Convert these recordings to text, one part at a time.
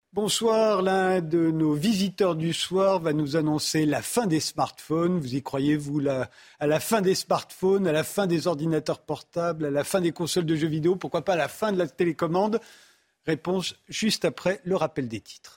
Bonsoir, l'un de nos visiteurs du soir va nous annoncer la fin des smartphones. Vous y croyez, vous, à la fin des smartphones, à la fin des ordinateurs portables, à la fin des consoles de jeux vidéo, pourquoi pas à la fin de la télécommande? Réponse juste après le rappel des titres.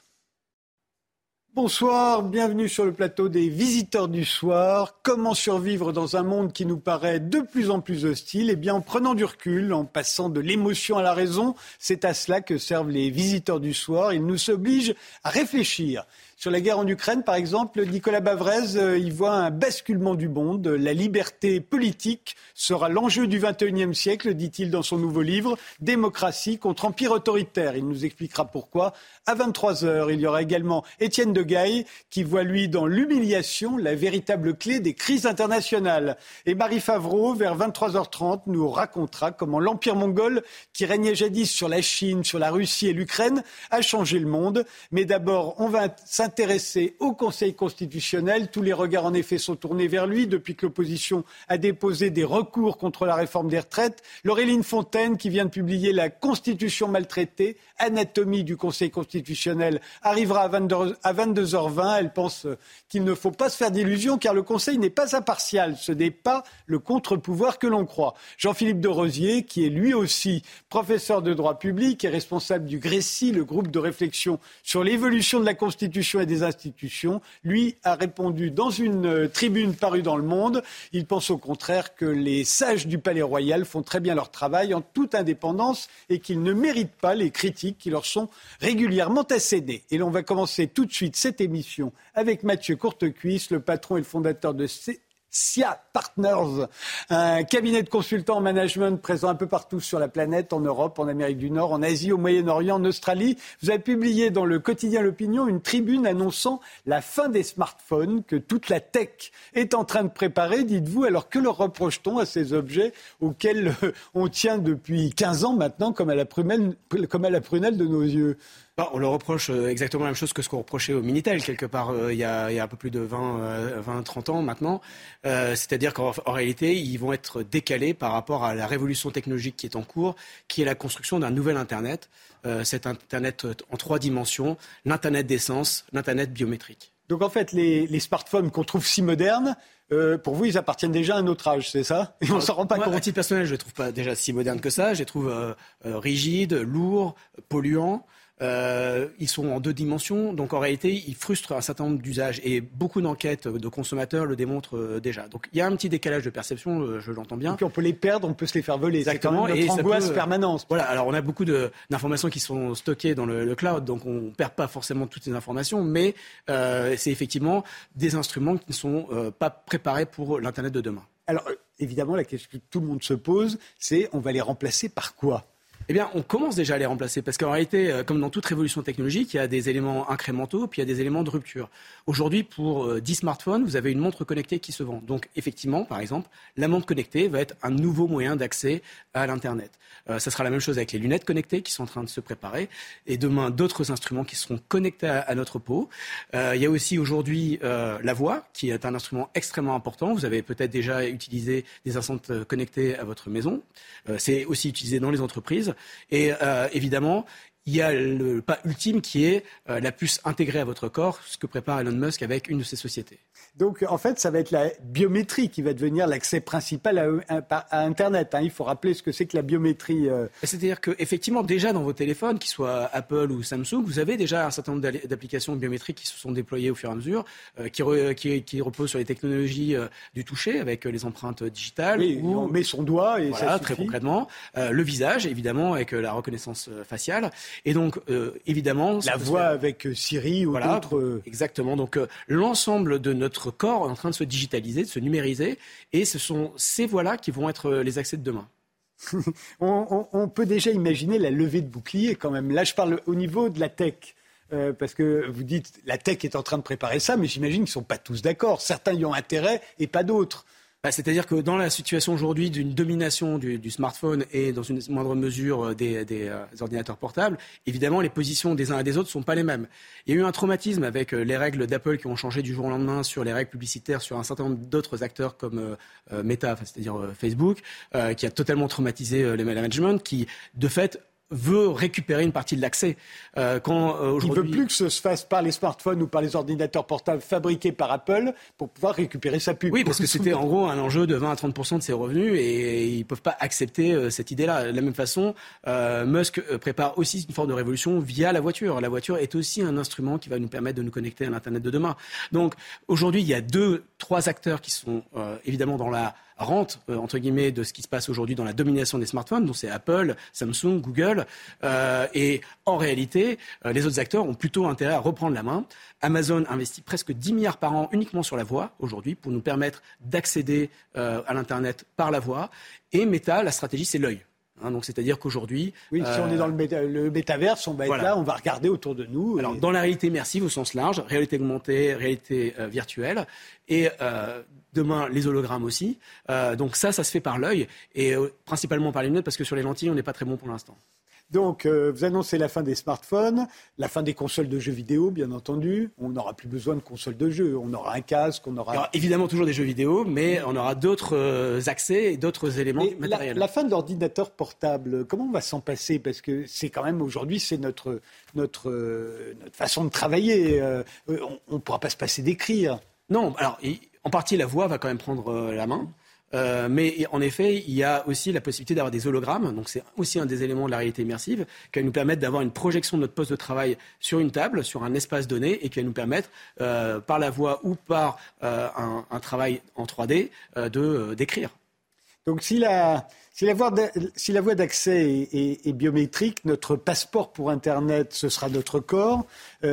Bonsoir, bienvenue sur le plateau des visiteurs du soir. Comment survivre dans un monde qui nous paraît de plus en plus hostile? Eh bien, en prenant du recul, en passant de l'émotion à la raison, c'est à cela que servent les visiteurs du soir. Ils nous obligent à réfléchir. Sur la guerre en Ukraine, par exemple, Nicolas Bavrez y voit un basculement du monde. La liberté politique sera l'enjeu du XXIe siècle, dit-il dans son nouveau livre « Démocratie contre empire autoritaire ». Il nous expliquera pourquoi. À 23h, il y aura également Étienne Degaille qui voit, lui, dans l'humiliation, la véritable clé des crises internationales. Et Marie Favreau, vers 23h30, nous racontera comment l'empire mongol, qui régnait jadis sur la Chine, sur la Russie et l'Ukraine, a changé le monde. Mais d'abord, on va s'intéresser au Conseil constitutionnel. Tous les regards, en effet, sont tournés vers lui depuis que l'opposition a déposé des recours contre la réforme des retraites. Laureline Fontaine, qui vient de publier La Constitution maltraitée, anatomie du Conseil constitutionnel, arrivera à 22h20. Elle pense qu'il ne faut pas se faire d'illusions car le Conseil n'est pas impartial. Ce n'est pas le contre-pouvoir que l'on croit. Jean-Philippe de Rosier, qui est lui aussi professeur de droit public et responsable du GRECI, le groupe de réflexion sur l'évolution de la Constitution et des institutions, lui a répondu dans une tribune parue dans Le Monde. Il pense au contraire que les sages du Palais Royal font très bien leur travail en toute indépendance et qu'ils ne méritent pas les critiques qui leur sont régulièrement assénées. Et l'on va commencer tout de suite cette émission avec Mathieu Courtecuisse, le patron et le fondateur de SIA Partners, un cabinet de consultants en management présent un peu partout sur la planète, en Europe, en Amérique du Nord, en Asie, au Moyen-Orient, en Australie. Vous avez publié dans le quotidien L'Opinion une tribune annonçant la fin des smartphones, que toute la tech est en train de préparer, dites-vous. Alors que leur reproche-t-on à ces objets auxquels on tient depuis 15 ans maintenant comme à la prunelle de nos yeux? On leur reproche exactement la même chose que ce qu'on reprochait au Minitel, quelque part, il y a un peu plus de 20-30 ans maintenant. C'est-à-dire qu'en réalité, ils vont être décalés par rapport à la révolution technologique qui est en cours, qui est la construction d'un nouvel Internet. Cet Internet en 3 dimensions, l'Internet des sens, l'Internet biométrique. Donc en fait, les smartphones qu'on trouve si modernes, pour vous, ils appartiennent déjà à un autre âge, c'est ça? Et on s'en rend pas compte. À titre personnel, je ne les trouve pas déjà si modernes que ça. Je les trouve rigides, lourds, polluants. Ils sont en 2 dimensions, donc en réalité, ils frustrent un certain nombre d'usages. Et beaucoup d'enquêtes de consommateurs le démontrent déjà. Donc il y a un petit décalage de perception, je l'entends bien. Et puis on peut les perdre, on peut se les faire voler. Exactement. C'est quand même notre angoisse permanente. Voilà, alors on a beaucoup d'informations qui sont stockées dans le cloud, donc on ne perd pas forcément toutes ces informations, mais c'est effectivement des instruments qui ne sont pas préparés pour l'Internet de demain. Alors évidemment, la question que tout le monde se pose, c'est on va les remplacer par quoi? Eh bien, on commence déjà à les remplacer parce qu'en réalité, comme dans toute révolution technologique, il y a des éléments incrémentaux puis il y a des éléments de rupture. Aujourd'hui, pour 10 smartphones, vous avez une montre connectée qui se vend. Donc, effectivement, par exemple, la montre connectée va être un nouveau moyen d'accès à l'Internet. Ça sera la même chose avec les lunettes connectées qui sont en train de se préparer. Et demain, d'autres instruments qui seront connectés à notre peau. Il y a aussi aujourd'hui la voix, qui est un instrument extrêmement important. Vous avez peut-être déjà utilisé des enceintes connectées à votre maison. C'est aussi utilisé dans les entreprises. Et évidemment, il y a le pas ultime qui est la puce intégrée à votre corps, ce que prépare Elon Musk avec une de ses sociétés. Donc, en fait, ça va être la biométrie qui va devenir l'accès principal à Internet. Il faut rappeler ce que c'est que la biométrie. C'est-à-dire qu'effectivement, déjà dans vos téléphones, qu'ils soient Apple ou Samsung, vous avez déjà un certain nombre d'applications biométriques qui se sont déployées au fur et à mesure, qui reposent sur les technologies du toucher, avec les empreintes digitales. Oui, on met son doigt et voilà, ça suffit. Très concrètement. Le visage, évidemment, avec la reconnaissance faciale. Et donc, évidemment... La voix avec Siri ou d'autres... Exactement. Donc, l'ensemble de notre corps est en train de se digitaliser, de se numériser. Et ce sont ces voix-là qui vont être les accès de demain. On peut déjà imaginer la levée de bouclier quand même. Là, je parle au niveau de la tech. Parce que vous dites la tech est en train de préparer ça, mais j'imagine qu'ils ne sont pas tous d'accord. Certains y ont intérêt et pas d'autres. C'est-à-dire que dans la situation aujourd'hui d'une domination du smartphone et dans une moindre mesure des ordinateurs portables, évidemment, les positions des uns et des autres ne sont pas les mêmes. Il y a eu un traumatisme avec les règles d'Apple qui ont changé du jour au lendemain sur les règles publicitaires sur un certain nombre d'autres acteurs comme Meta, c'est-à-dire Facebook, qui a totalement traumatisé le management, qui, de fait, veut récupérer une partie de l'accès. Il ne veut plus que ce se fasse par les smartphones ou par les ordinateurs portables fabriqués par Apple pour pouvoir récupérer sa pub. Oui, parce que c'était en gros un enjeu de 20 à 30% de ses revenus et ils ne peuvent pas accepter cette idée-là. De la même façon, Musk prépare aussi une forme de révolution via la voiture. La voiture est aussi un instrument qui va nous permettre de nous connecter à l'Internet de demain. Donc aujourd'hui, il y a 2-3 acteurs qui sont évidemment dans la rente, entre guillemets, de ce qui se passe aujourd'hui dans la domination des smartphones, donc c'est Apple, Samsung, Google. Et en réalité, les autres acteurs ont plutôt intérêt à reprendre la main. Amazon investit presque 10 milliards par an uniquement sur la voix aujourd'hui pour nous permettre d'accéder à l'Internet par la voix. Et Meta, la stratégie, c'est l'œil. Donc c'est-à-dire qu'aujourd'hui... Oui, si on est dans le métaverse, on va être là, on va regarder autour de nous. Alors, dans la réalité immersive au sens large, réalité augmentée, réalité virtuelle, et demain, les hologrammes aussi. Donc ça se fait par l'œil, et principalement par les lunettes, parce que sur les lentilles, on n'est pas très bon pour l'instant. Donc, vous annoncez la fin des smartphones, la fin des consoles de jeux vidéo, bien entendu. On n'aura plus besoin de consoles de jeux. On aura un casque, on aura... Il y aura évidemment toujours des jeux vidéo, mais on aura d'autres accès et d'autres éléments matériels. La fin de l'ordinateur portable, comment on va s'en passer ? Parce que c'est quand même, aujourd'hui, c'est notre façon de travailler. On ne pourra pas se passer d'écrire. Non, alors, en partie, la voix va quand même prendre la main. Mais en effet, il y a aussi la possibilité d'avoir des hologrammes. Donc c'est aussi un des éléments de la réalité immersive qui va nous permettre d'avoir une projection de notre poste de travail sur une table, sur un espace donné, et qui va nous permettre, par la voix ou par un travail en 3D, d'écrire. Donc si la voie d'accès est biométrique, notre passeport pour Internet, ce sera notre corps.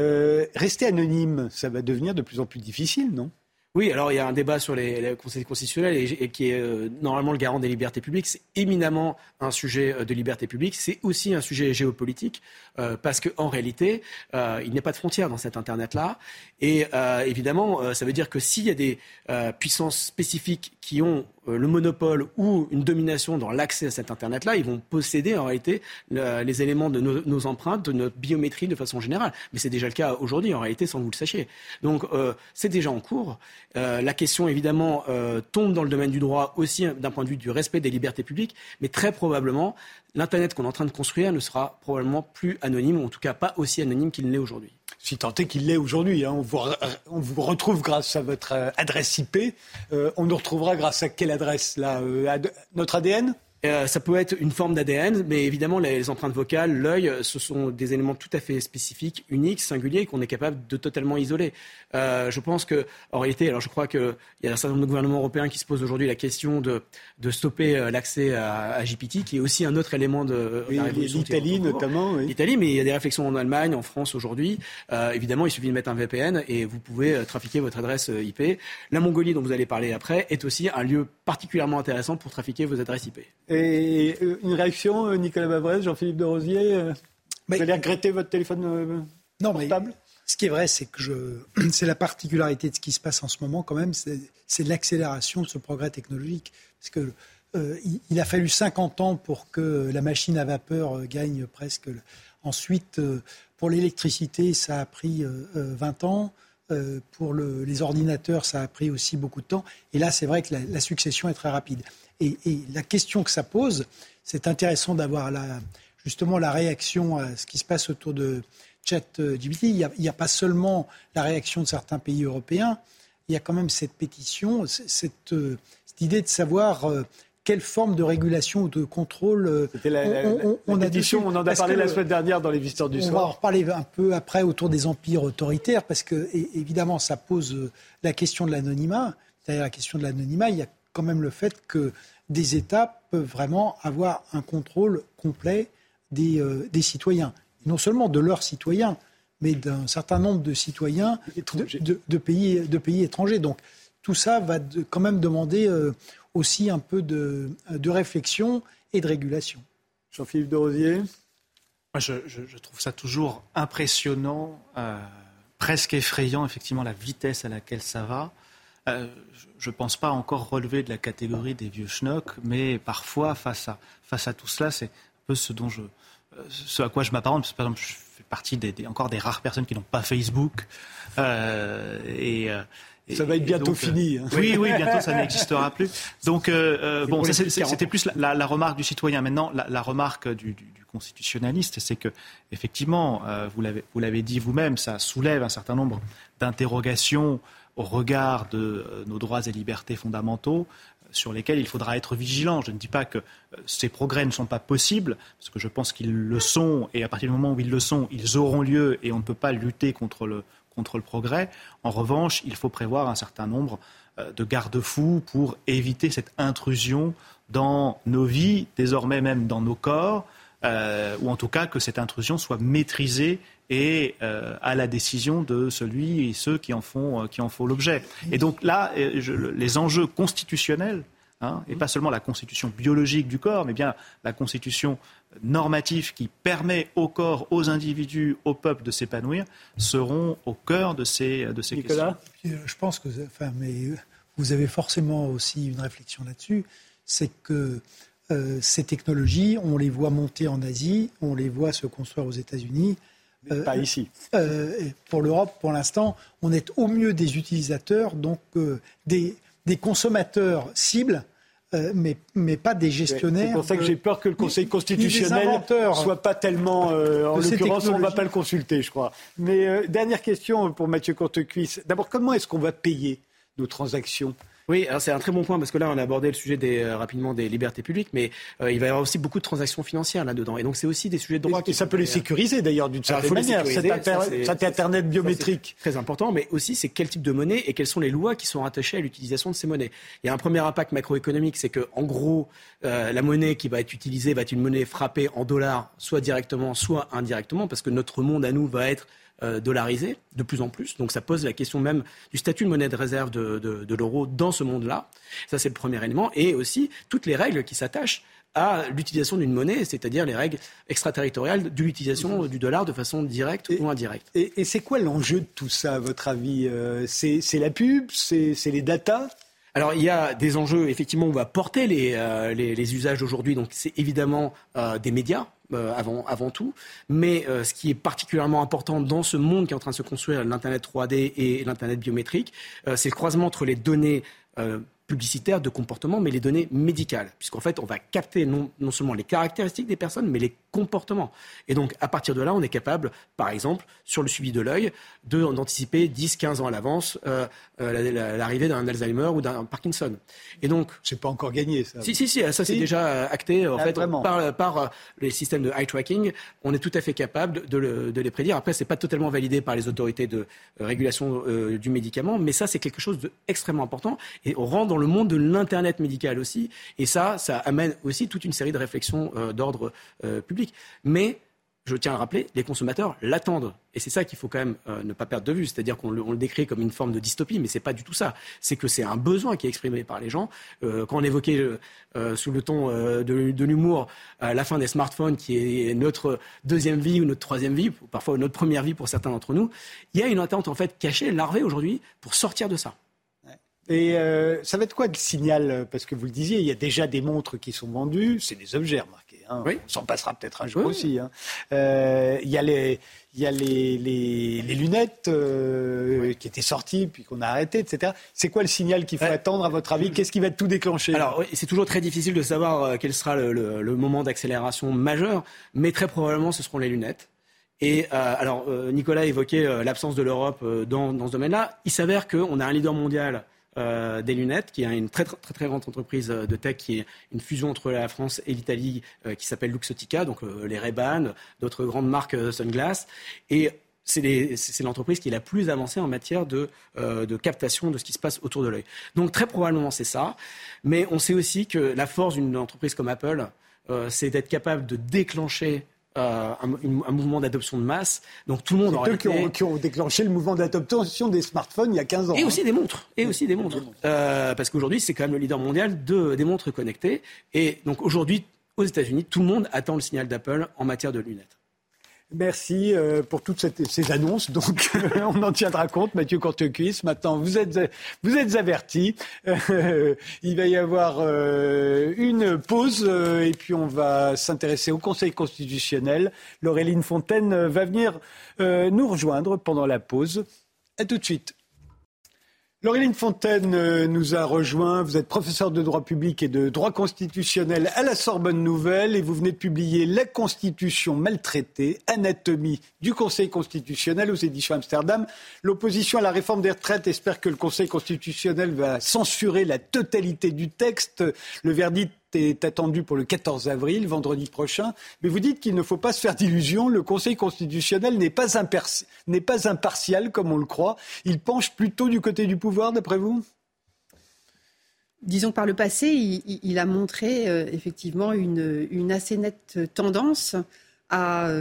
Rester anonyme, ça va devenir de plus en plus difficile, non ? Oui, alors il y a un débat sur les conseils constitutionnels et qui est normalement le garant des libertés publiques. C'est éminemment un sujet de liberté publique. C'est aussi un sujet géopolitique parce qu'en réalité, il n'y a pas de frontières dans cet Internet-là. Et évidemment, ça veut dire que s'il y a des puissances spécifiques qui ont le monopole ou une domination dans l'accès à cet Internet-là, ils vont posséder en réalité les éléments de nos empreintes, de notre biométrie de façon générale. Mais c'est déjà le cas aujourd'hui, en réalité, sans que vous le sachiez. Donc, c'est déjà en cours. La question, évidemment, tombe dans le domaine du droit aussi d'un point de vue du respect des libertés publiques, mais très probablement, l'Internet qu'on est en train de construire ne sera probablement plus anonyme, ou en tout cas pas aussi anonyme qu'il ne l'est aujourd'hui. Si tant est qu'il l'est aujourd'hui, on vous retrouve grâce à votre adresse IP. On nous retrouvera grâce à quelle adresse là, notre ADN ? Ça peut être une forme d'ADN, mais évidemment, les empreintes vocales, l'œil, ce sont des éléments tout à fait spécifiques, uniques, singuliers, qu'on est capable de totalement isoler. Je pense qu'en réalité, alors je crois qu'il y a un certain nombre de gouvernements européens qui se posent aujourd'hui la question de stopper l'accès à GPT, qui est aussi un autre élément de la révolution. L'Italie notamment. Oui. L'Italie, mais il y a des réflexions en Allemagne, en France aujourd'hui. Évidemment, il suffit de mettre un VPN et vous pouvez trafiquer votre adresse IP. La Mongolie, dont vous allez parler après, est aussi un lieu particulièrement intéressant pour trafiquer vos adresses IP. Et une réaction, Nicolas Bavrez, Jean-Philippe de Rosier, vous allez regretter votre téléphone portable ? Mais ce qui est vrai, c'est que c'est la particularité de ce qui se passe en ce moment quand même, c'est l'accélération de ce progrès technologique. Parce que il a fallu 50 ans pour que la machine à vapeur gagne presque. Ensuite, pour l'électricité, ça a pris 20 ans. Pour les ordinateurs, ça a pris aussi beaucoup de temps. Et là, c'est vrai que la succession est très rapide. Et la question que ça pose, c'est intéressant d'avoir justement la réaction à ce qui se passe autour de ChatGPT. Il n'y a pas seulement la réaction de certains pays européens, il y a quand même cette pétition, cette idée de savoir quelle forme de régulation ou de contrôle on a pétition. On en a parlé la semaine dernière dans les Visiteurs du Soir. On va en reparler un peu après autour des empires autoritaires, parce que évidemment, ça pose la question de l'anonymat. Derrière la question de l'anonymat, il y a quand même le fait que des États peuvent vraiment avoir un contrôle complet des citoyens. Et non seulement de leurs citoyens, mais d'un certain nombre de citoyens de pays étrangers. Donc tout ça va quand même demander aussi un peu de réflexion et de régulation. Jean-Philippe de Rosier ? Moi, je trouve ça toujours impressionnant, presque effrayant, effectivement, la vitesse à laquelle ça va. Je ne pense pas encore relever de la catégorie des vieux schnocks, mais parfois, face à tout cela, c'est un peu ce à quoi je m'apparente. Parce que, par exemple, je fais partie encore des rares personnes qui n'ont pas Facebook. Et Ça va être bientôt fini. Oui, bientôt ça n'existera plus. Donc, c'était plus la remarque du citoyen. Maintenant, la remarque du constitutionnaliste, c'est que, effectivement, vous l'avez dit vous-même, ça soulève un certain nombre d'interrogations au regard de nos droits et libertés fondamentaux sur lesquels il faudra être vigilant. Je ne dis pas que ces progrès ne sont pas possibles, parce que je pense qu'ils le sont, et à partir du moment où ils le sont, ils auront lieu, et on ne peut pas lutter contre le progrès. En revanche, il faut prévoir un certain nombre de garde-fous pour éviter cette intrusion dans nos vies, désormais même dans nos corps, ou en tout cas que cette intrusion soit maîtrisée et à la décision de celui et ceux qui en font l'objet. Et donc là, les enjeux constitutionnels, et pas seulement la constitution biologique du corps, mais bien la constitution normative qui permet au corps, aux individus, au peuple de s'épanouir, seront au cœur de ces questions. Je pense que vous avez forcément aussi une réflexion là-dessus, c'est que ces technologies, on les voit monter en Asie, on les voit se construire aux États-Unis. Pas ici. Pour l'Europe, pour l'instant, on est au mieux des utilisateurs, donc des consommateurs cibles, mais pas des gestionnaires. C'est pour ça que j'ai peur que le Conseil constitutionnel ne soit pas tellement... en l'occurrence, on ne va pas le consulter, je crois. Mais dernière question pour Mathieu Courtecuisse. D'abord, comment est-ce qu'on va payer nos transactions ? Oui, alors c'est un très bon point parce que là on a abordé le sujet rapidement des libertés publiques, mais il va y avoir aussi beaucoup de transactions financières là-dedans. Et donc c'est aussi des sujets de droit. Et ça peut les sécuriser d'ailleurs d'une certaine manière, cet Internet biométrique. C'est très important, mais aussi c'est quel type de monnaie et quelles sont les lois qui sont rattachées à l'utilisation de ces monnaies. Il y a un premier impact macroéconomique, c'est que en gros la monnaie qui va être utilisée va être une monnaie frappée en dollars, soit directement, soit indirectement, parce que notre monde à nous va être dollarisé de plus en plus. Donc ça pose la question même du statut de monnaie de réserve de l'euro dans ce monde-là. Ça, c'est le premier élément. Et aussi toutes les règles qui s'attachent à l'utilisation d'une monnaie, c'est-à-dire les règles extraterritoriales de l'utilisation du dollar de façon directe ou indirecte. Et c'est quoi l'enjeu de tout ça, à votre avis ? C'est la pub ? C'est les datas ? Alors, il y a des enjeux, effectivement, on va porter les usages d'aujourd'hui. Donc, c'est évidemment des médias. Avant tout, mais ce qui est particulièrement important dans ce monde qui est en train de se construire, l'Internet 3D et l'Internet biométrique, c'est le croisement entre les données publicitaires de comportement, mais les données médicales, puisqu'en fait, on va capter non seulement les caractéristiques des personnes, mais les comportements. Et donc, à partir de là, on est capable, par exemple, sur le suivi de l'œil, d'anticiper 10-15 ans à l'avance l'arrivée d'un Alzheimer ou d'un Parkinson. Et donc, c'est pas encore gagné, ça. Si, ça c'est déjà acté en fait par les systèmes de eye tracking. On est tout à fait capable de les prédire. Après, c'est pas totalement validé par les autorités de régulation du médicament, mais ça c'est quelque chose d'extrêmement important. Et on rentre dans le monde de l'internet médical aussi. Et ça amène aussi toute une série de réflexions d'ordre public. Mais je tiens à rappeler, les consommateurs l'attendent. Et c'est ça qu'il faut quand même ne pas perdre de vue. C'est-à-dire qu'on le décrit comme une forme de dystopie, mais c'est pas du tout ça. C'est que c'est un besoin qui est exprimé par les gens. Quand on évoquait sous le ton de l'humour la fin des smartphones, qui est notre deuxième vie ou notre troisième vie, ou parfois notre première vie pour certains d'entre nous, il y a une attente en fait cachée, larvée aujourd'hui, pour sortir de ça. Et ça va être quoi le signal ? Parce que vous le disiez, il y a déjà des montres qui sont vendues, c'est des objets remarqués. Oui. On s'en passera peut-être un jour aussi. Il y a les lunettes qui étaient sorties puis qu'on a arrêtées, etc. C'est quoi le signal qu'il faut attendre à votre avis ? Qu'est-ce qui va tout déclencher ? Alors, c'est toujours très difficile de savoir quel sera le moment d'accélération majeur, mais très probablement ce seront les lunettes. Et Nicolas évoquait l'absence de l'Europe dans ce domaine-là. Il s'avère qu'on a un leader mondial des lunettes, qui est une très, très, très grande entreprise de tech, qui est une fusion entre la France et l'Italie, qui s'appelle Luxottica, donc les Ray-Ban, d'autres grandes marques sunglass. Et c'est l'entreprise qui est la plus avancée en matière de captation de ce qui se passe autour de l'œil. Donc très probablement c'est ça. Mais on sait aussi que la force d'une entreprise comme Apple, c'est d'être capable de déclencher un mouvement d'adoption de masse. Donc tout le monde qui ont déclenché le mouvement d'adoption des smartphones il y a 15 ans. Et aussi des montres. Parce qu'aujourd'hui, c'est quand même le leader mondial des montres connectées. Et donc aujourd'hui, aux États-Unis, tout le monde attend le signal d'Apple en matière de lunettes. Merci pour toutes ces annonces. Donc, on en tiendra compte, Mathieu Courtecuisse. Maintenant, vous êtes avertis. Il va y avoir une pause et puis on va s'intéresser au Conseil constitutionnel. Laureline Fontaine va venir nous rejoindre pendant la pause. À tout de suite. Laureline Fontaine nous a rejoint. Vous êtes professeur de droit public et de droit constitutionnel à la Sorbonne Nouvelle et vous venez de publier La Constitution maltraitée, anatomie du Conseil constitutionnel aux éditions Amsterdam. L'opposition à la réforme des retraites espère que le Conseil constitutionnel va censurer la totalité du texte. Le verdict est attendu pour le 14 avril, vendredi prochain. Mais vous dites qu'il ne faut pas se faire d'illusions. Le Conseil constitutionnel n'est pas impartial, comme on le croit. Il penche plutôt du côté du pouvoir, d'après vous ? Disons que par le passé, il a montré effectivement une assez nette tendance à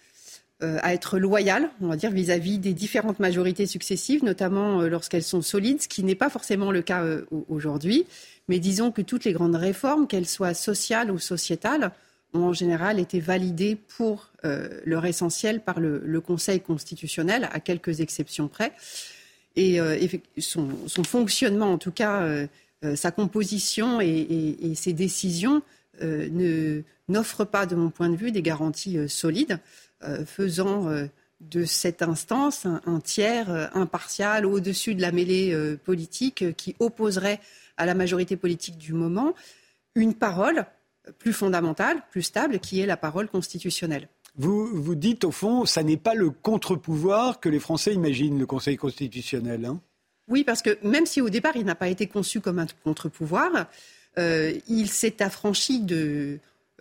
être loyal, on va dire, vis-à-vis des différentes majorités successives, notamment lorsqu'elles sont solides, ce qui n'est pas forcément le cas aujourd'hui. Mais disons que toutes les grandes réformes, qu'elles soient sociales ou sociétales, ont en général été validées pour leur essentiel par le Conseil constitutionnel, à quelques exceptions près. Et son fonctionnement, en tout cas, sa composition et ses décisions n'offrent pas, de mon point de vue, des garanties solides, faisant de cette instance un tiers impartial au-dessus de la mêlée politique qui opposerait à la majorité politique du moment une parole plus fondamentale, plus stable, qui est la parole constitutionnelle. Vous dites, au fond, ça n'est pas le contre-pouvoir que les Français imaginent, le Conseil constitutionnel. Oui, parce que même si au départ, il n'a pas été conçu comme un contre-pouvoir, il s'est affranchi de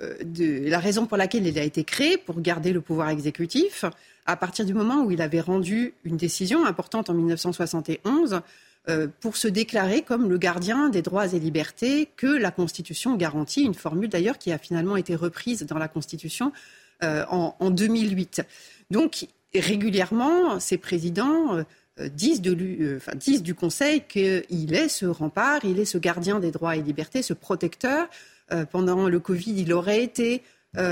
la raison pour laquelle il a été créé, pour garder le pouvoir exécutif, à partir du moment où il avait rendu une décision importante en 1971 pour se déclarer comme le gardien des droits et libertés que la Constitution garantit, une formule d'ailleurs qui a finalement été reprise dans la Constitution en 2008. Donc régulièrement, ces présidents disent du Conseil qu'il est ce rempart, il est ce gardien des droits et libertés, ce protecteur. Pendant le Covid, il aurait été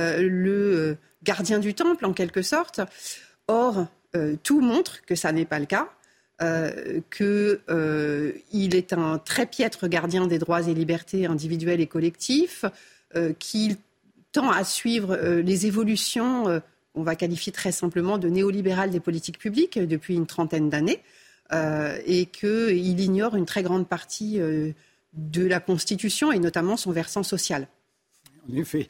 le gardien du temple, en quelque sorte. Or, tout montre que ça n'est pas le cas, qu'il est un très piètre gardien des droits et libertés individuels et collectifs, qu'il tend à suivre les évolutions, on va qualifier très simplement de néolibérales des politiques publiques depuis une trentaine d'années, et qu'il ignore une très grande partie de la Constitution et notamment son versant social. En effet.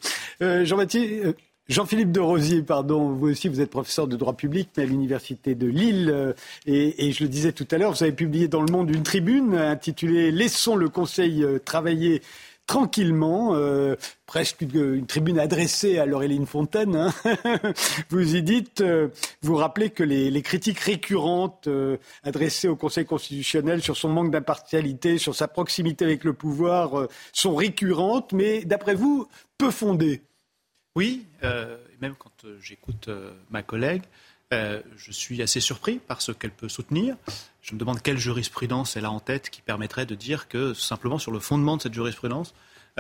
Jean-Philippe de Rosier, vous aussi vous êtes professeur de droit public mais à l'université de Lille et je le disais tout à l'heure, vous avez publié dans Le Monde une tribune intitulée « Laissons le Conseil travailler tranquillement », presque une tribune adressée à Laureline Fontaine. Vous y dites, vous rappelez que les critiques récurrentes adressées au Conseil constitutionnel sur son manque d'impartialité, sur sa proximité avec le pouvoir, sont récurrentes, mais d'après vous, peu fondées. Oui, même quand j'écoute ma collègue, je suis assez surpris par ce qu'elle peut soutenir. Je me demande quelle jurisprudence elle a en tête qui permettrait de dire que, simplement sur le fondement de cette jurisprudence,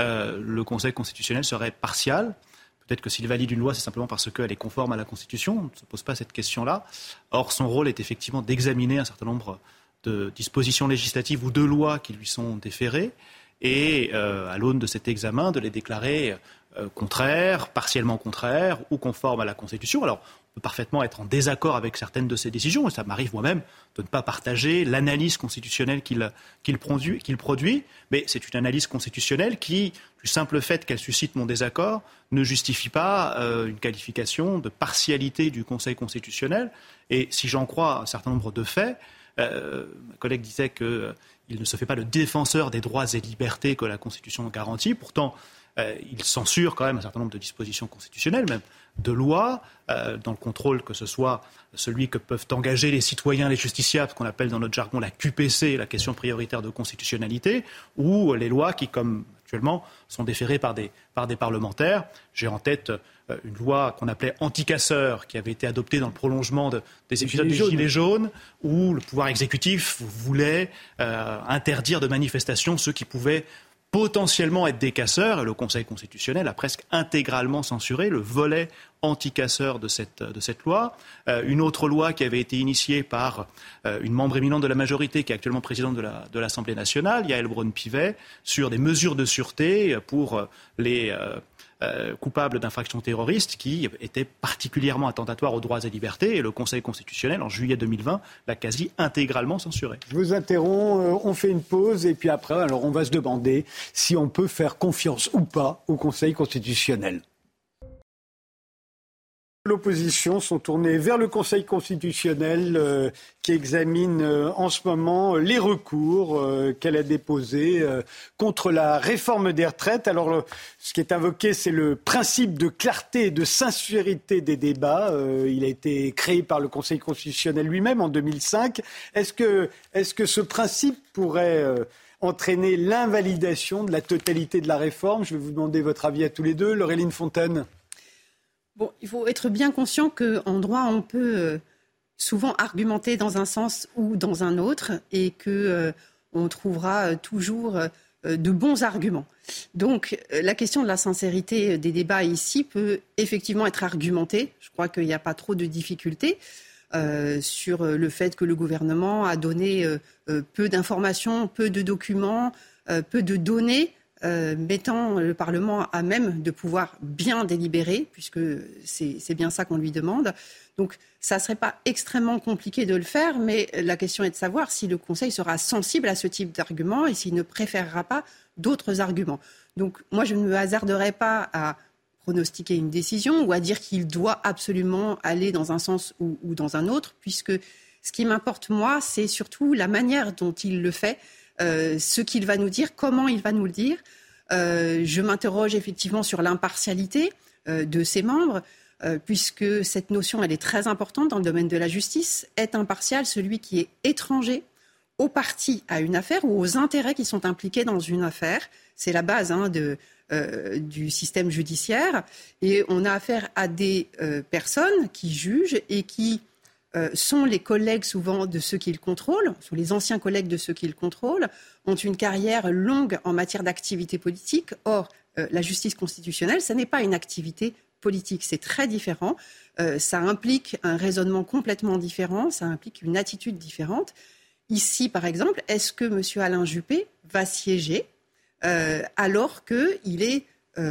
le Conseil constitutionnel serait partial. Peut-être que s'il valide une loi, c'est simplement parce qu'elle est conforme à la Constitution. On ne se pose pas cette question-là. Or, son rôle est effectivement d'examiner un certain nombre de dispositions législatives ou de lois qui lui sont déférées et, à l'aune de cet examen, de les déclarer contraires, partiellement contraires ou conformes à la Constitution. Alors, on peut parfaitement être en désaccord avec certaines de ces décisions, et ça m'arrive moi-même de ne pas partager l'analyse constitutionnelle qu'il produit, mais c'est une analyse constitutionnelle qui, du simple fait qu'elle suscite mon désaccord, ne justifie pas une qualification de partialité du Conseil constitutionnel. Et si j'en crois un certain nombre de faits, ma collègue disait qu'il ne se fait pas le défenseur des droits et libertés que la Constitution garantit, pourtant il censure quand même un certain nombre de dispositions constitutionnelles, même de lois, dans le contrôle que ce soit celui que peuvent engager les citoyens, les justiciables, ce qu'on appelle dans notre jargon la QPC, la question prioritaire de constitutionnalité, ou les lois qui, comme actuellement, sont déférées par des parlementaires. J'ai en tête une loi qu'on appelait anti-casseurs, qui avait été adoptée dans le prolongement des épisodes des Gilets jaunes, où le pouvoir exécutif voulait interdire de manifestation ceux qui pouvaient potentiellement être des casseurs, et le Conseil constitutionnel a presque intégralement censuré le volet anti-casseurs de cette loi. Une autre loi qui avait été initiée par une membre éminente de la majorité, qui est actuellement présidente de l'Assemblée nationale, Yaël Braun-Pivet, sur des mesures de sûreté pour les coupable d'infractions terroristes qui étaient particulièrement attentatoires aux droits et libertés. Et le Conseil constitutionnel, en juillet 2020, l'a quasi intégralement censuré. Je vous interromps, on fait une pause et puis après, alors on va se demander si on peut faire confiance ou pas au Conseil constitutionnel. L'opposition sont tournés vers le Conseil constitutionnel qui examine en ce moment les recours qu'elle a déposés contre la réforme des retraites. Alors, ce qui est invoqué, c'est le principe de clarté et de sincérité des débats. Il a été créé par le Conseil constitutionnel lui-même en 2005. Est-ce que ce principe pourrait entraîner l'invalidation de la totalité de la réforme ? Je vais vous demander votre avis à tous les deux. Laureline Fontaine. Bon, il faut être bien conscient qu'en droit, on peut souvent argumenter dans un sens ou dans un autre et qu'on trouvera toujours de bons arguments. Donc, la question de la sincérité des débats ici peut effectivement être argumentée. Je crois qu'il n'y a pas trop de difficultés sur le fait que le gouvernement a donné peu d'informations, peu de documents, peu de données, mettant le Parlement à même de pouvoir bien délibérer, puisque c'est bien ça qu'on lui demande. Donc, ça ne serait pas extrêmement compliqué de le faire, mais la question est de savoir si le Conseil sera sensible à ce type d'arguments et s'il ne préférera pas d'autres arguments. Donc, moi, je ne me hasarderai pas à pronostiquer une décision ou à dire qu'il doit absolument aller dans un sens ou dans un autre, puisque ce qui m'importe, moi, c'est surtout la manière dont il le fait, ce qu'il va nous dire, comment il va nous le dire. Je m'interroge effectivement sur l'impartialité de ses membres, puisque cette notion, elle est très importante dans le domaine de la justice. Est impartial celui qui est étranger aux parties à une affaire ou aux intérêts qui sont impliqués dans une affaire. C'est la base du système judiciaire. Et on a affaire à des personnes qui jugent et qui sont les collègues souvent de ceux qu'ils contrôlent, sont les anciens collègues de ceux qu'ils contrôlent, ont une carrière longue en matière d'activité politique. Or, la justice constitutionnelle, ce n'est pas une activité politique, c'est très différent. Ça implique un raisonnement complètement différent, ça implique une attitude différente. Ici, par exemple, est-ce que M. Alain Juppé va siéger alors qu'il est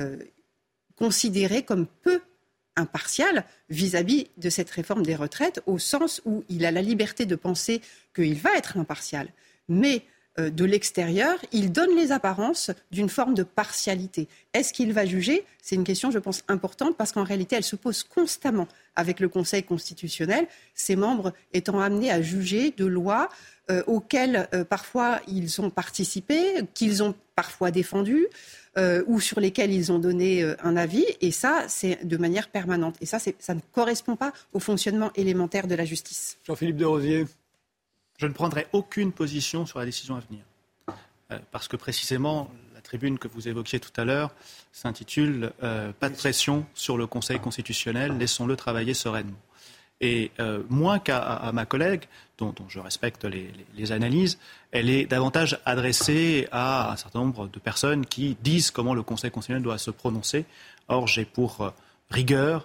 considéré comme peu impartial vis-à-vis de cette réforme des retraites, au sens où il a la liberté de penser qu'il va être impartial. Mais de l'extérieur, il donne les apparences d'une forme de partialité. Est-ce qu'il va juger ? C'est une question, je pense, importante, parce qu'en réalité, elle se pose constamment avec le Conseil constitutionnel, ses membres étant amenés à juger de lois auxquelles parfois ils ont participé, qu'ils ont parfois défendues, ou sur lesquels ils ont donné un avis, et ça, c'est de manière permanente. Et ça ne correspond pas au fonctionnement élémentaire de la justice. Jean-Philippe Desrosiers. Je ne prendrai aucune position sur la décision à venir. Parce que précisément, la tribune que vous évoquiez tout à l'heure s'intitule « Pas de pression sur le Conseil constitutionnel, laissons-le travailler sereinement ». Et moins qu'à ma collègue, dont je respecte les analyses, elle est davantage adressée à un certain nombre de personnes qui disent comment le Conseil constitutionnel doit se prononcer. Or, j'ai pour rigueur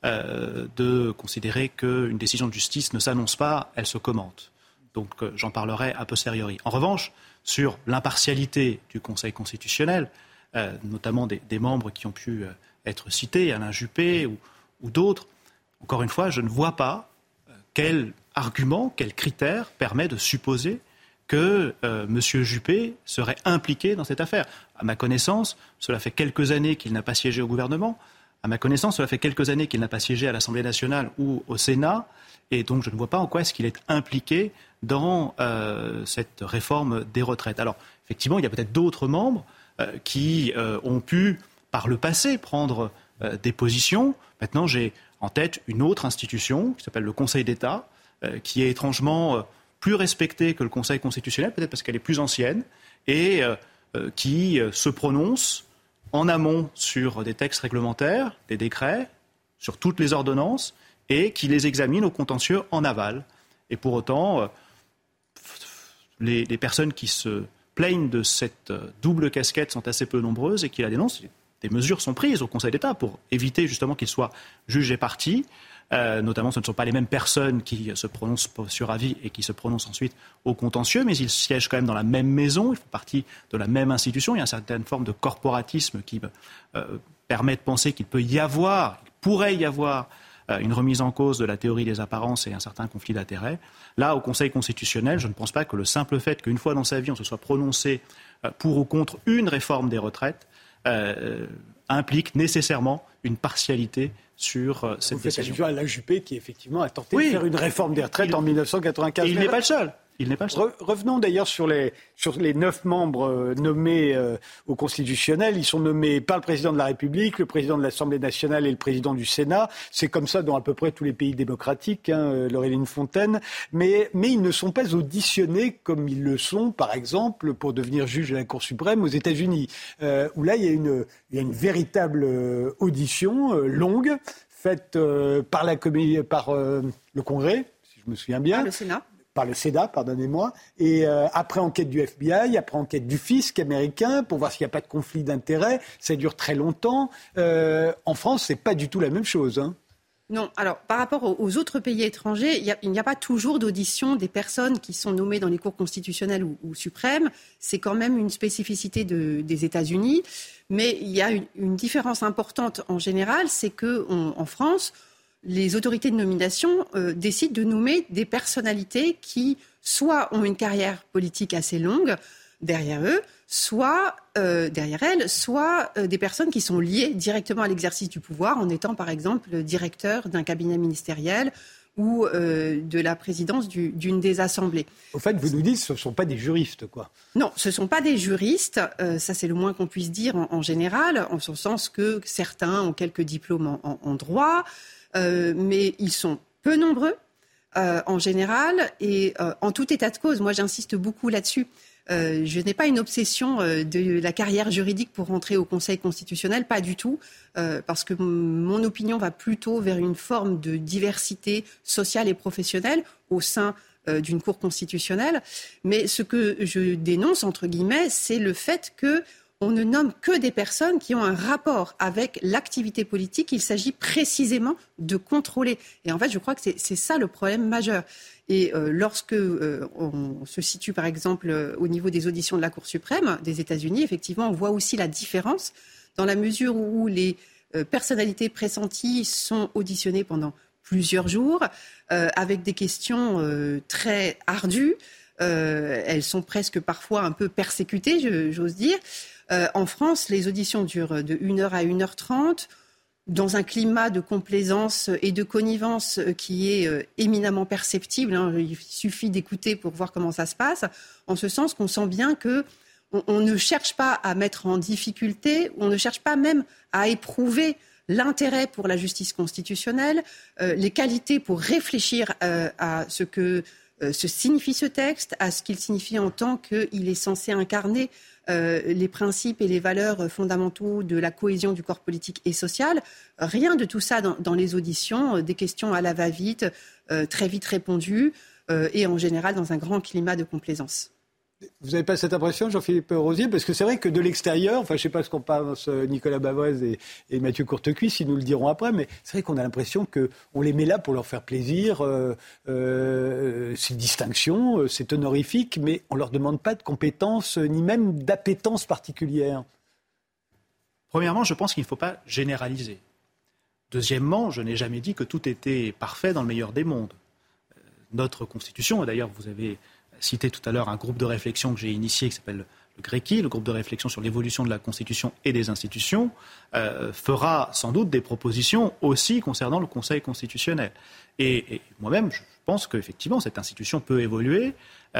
de considérer qu'une décision de justice ne s'annonce pas, elle se commente. Donc j'en parlerai a posteriori. En revanche, sur l'impartialité du Conseil constitutionnel, notamment des membres qui ont pu être cités, Alain Juppé ou d'autres, encore une fois, je ne vois pas quel argument, quel critère permet de supposer que M. Juppé serait impliqué dans cette affaire. À ma connaissance, cela fait quelques années qu'il n'a pas siégé au gouvernement. À ma connaissance, cela fait quelques années qu'il n'a pas siégé à l'Assemblée nationale ou au Sénat. Et donc, je ne vois pas en quoi est-ce qu'il est impliqué dans cette réforme des retraites. Alors, effectivement, il y a peut-être d'autres membres qui ont pu, par le passé, prendre des positions. Maintenant, j'ai en tête une autre institution qui s'appelle le Conseil d'État, qui est étrangement plus respectée que le Conseil constitutionnel, peut-être parce qu'elle est plus ancienne, et qui se prononce en amont sur des textes réglementaires, des décrets, sur toutes les ordonnances, et qui les examine au contentieux en aval. Et pour autant, les personnes qui se plaignent de cette double casquette sont assez peu nombreuses et qui la dénoncent. Des mesures sont prises au Conseil d'État pour éviter justement qu'il soit juge et partie. Notamment, ce ne sont pas les mêmes personnes qui se prononcent sur avis et qui se prononcent ensuite au contentieux, mais ils siègent quand même dans la même maison, ils font partie de la même institution. Il y a une certaine forme de corporatisme qui permet de penser qu'il pourrait y avoir une remise en cause de la théorie des apparences et un certain conflit d'intérêts. Là, au Conseil constitutionnel, je ne pense pas que le simple fait qu'une fois dans sa vie, on se soit prononcé pour ou contre une réforme des retraites implique nécessairement une partialité sur cette décision. Vous faites allusion à la Juppé qui, effectivement, a tenté de faire une réforme des retraites en 1995. Et il n'est pas le seul. Revenons d'ailleurs sur les 9 membres nommés au Constitutionnel. Ils sont nommés par le président de la République, le président de l'Assemblée nationale et le président du Sénat. C'est comme ça dans à peu près tous les pays démocratiques, Laureline Fontaine. Mais ils ne sont pas auditionnés comme ils le sont, par exemple, pour devenir juge de la Cour suprême aux États-Unis, où là, il y a une véritable audition longue faite par le Congrès, si je me souviens bien. Par le Sénat, pardonnez-moi, et après enquête du FBI, après enquête du fisc américain, pour voir s'il n'y a pas de conflit d'intérêts. Ça dure très longtemps. En France, c'est pas du tout la même chose. Non, alors par rapport aux autres pays étrangers, il n'y a pas toujours d'audition des personnes qui sont nommées dans les cours constitutionnelles ou suprêmes. C'est quand même une spécificité des États-Unis. Mais il y a une différence importante en général, c'est qu'en France, les autorités de nomination décident de nommer des personnalités qui soit ont une carrière politique assez longue derrière eux, soit derrière elles, soit des personnes qui sont liées directement à l'exercice du pouvoir en étant par exemple le directeur d'un cabinet ministériel ou de la présidence d'une des assemblées. Au fait, vous nous dites que ce ne sont pas des juristes, quoi. Non, ce ne sont pas des juristes, ça c'est le moins qu'on puisse dire en général, en ce sens que certains ont quelques diplômes en droit, mais ils sont peu nombreux en général et en tout état de cause. Moi, j'insiste beaucoup là-dessus. Je n'ai pas une obsession de la carrière juridique pour rentrer au Conseil constitutionnel, pas du tout, parce que mon opinion va plutôt vers une forme de diversité sociale et professionnelle au sein d'une Cour constitutionnelle. Mais ce que je dénonce, entre guillemets, c'est le fait qu'on ne nomme que des personnes qui ont un rapport avec l'activité politique. Il s'agit précisément de contrôler. Et en fait, je crois que c'est ça le problème majeur. Et lorsque on se situe, par exemple, au niveau des auditions de la Cour suprême des États-Unis, effectivement, on voit aussi la différence dans la mesure où les personnalités pressenties sont auditionnées pendant plusieurs jours avec des questions très ardues. Elles sont presque parfois un peu persécutées, j'ose dire. En France, les auditions durent de 1h à 1h30. Dans un climat de complaisance et de connivence qui est éminemment perceptible. Il suffit d'écouter pour voir comment ça se passe, en ce sens qu'on sent bien qu'on ne cherche pas à mettre en difficulté, on ne cherche pas même à éprouver l'intérêt pour la justice constitutionnelle, les qualités pour réfléchir à ce que signifie ce texte, à ce qu'il signifie en tant qu'il est censé incarner les principes et les valeurs fondamentaux de la cohésion du corps politique et social. Rien de tout ça dans les auditions, des questions à la va-vite, très vite répondues et en général dans un grand climat de complaisance. Vous n'avez pas cette impression, Jean-Philippe Rosier? Parce que c'est vrai que de l'extérieur, je ne sais pas ce qu'en pense Nicolas Bavrez et Mathieu Courtecuisse, ils nous le diront après, mais c'est vrai qu'on a l'impression qu'on les met là pour leur faire plaisir, c'est distinction, c'est honorifique, mais on ne leur demande pas de compétences ni même d'appétence particulière. Premièrement, je pense qu'il ne faut pas généraliser. Deuxièmement, je n'ai jamais dit que tout était parfait dans le meilleur des mondes. Notre Constitution, et d'ailleurs vous avez cité tout à l'heure un groupe de réflexion que j'ai initié qui s'appelle le GRECI, le groupe de réflexion sur l'évolution de la Constitution et des institutions, fera sans doute des propositions aussi concernant le Conseil constitutionnel. Et moi-même, je pense qu'effectivement, cette institution peut évoluer,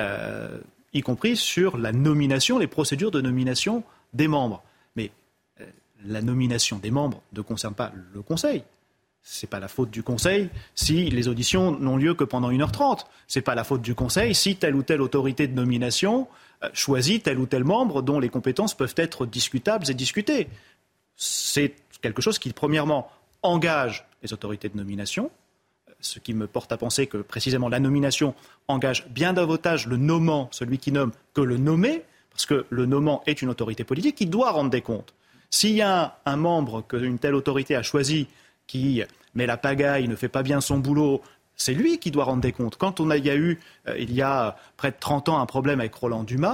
y compris sur la nomination, les procédures de nomination des membres. Mais la nomination des membres ne concerne pas le Conseil. Ce n'est pas la faute du Conseil si les auditions n'ont lieu que pendant 1h30. Ce n'est pas la faute du Conseil si telle ou telle autorité de nomination choisit tel ou tel membre dont les compétences peuvent être discutables et discutées. C'est quelque chose qui, premièrement, engage les autorités de nomination, ce qui me porte à penser que, précisément, la nomination engage bien davantage le nommant, celui qui nomme, que le nommé, parce que le nommant est une autorité politique qui doit rendre des comptes. S'il y a un membre qu'une telle autorité a choisi qui met la pagaille, ne fait pas bien son boulot, c'est lui qui doit rendre des comptes. Quand il y a eu, il y a près de 30 ans, un problème avec Roland Dumas,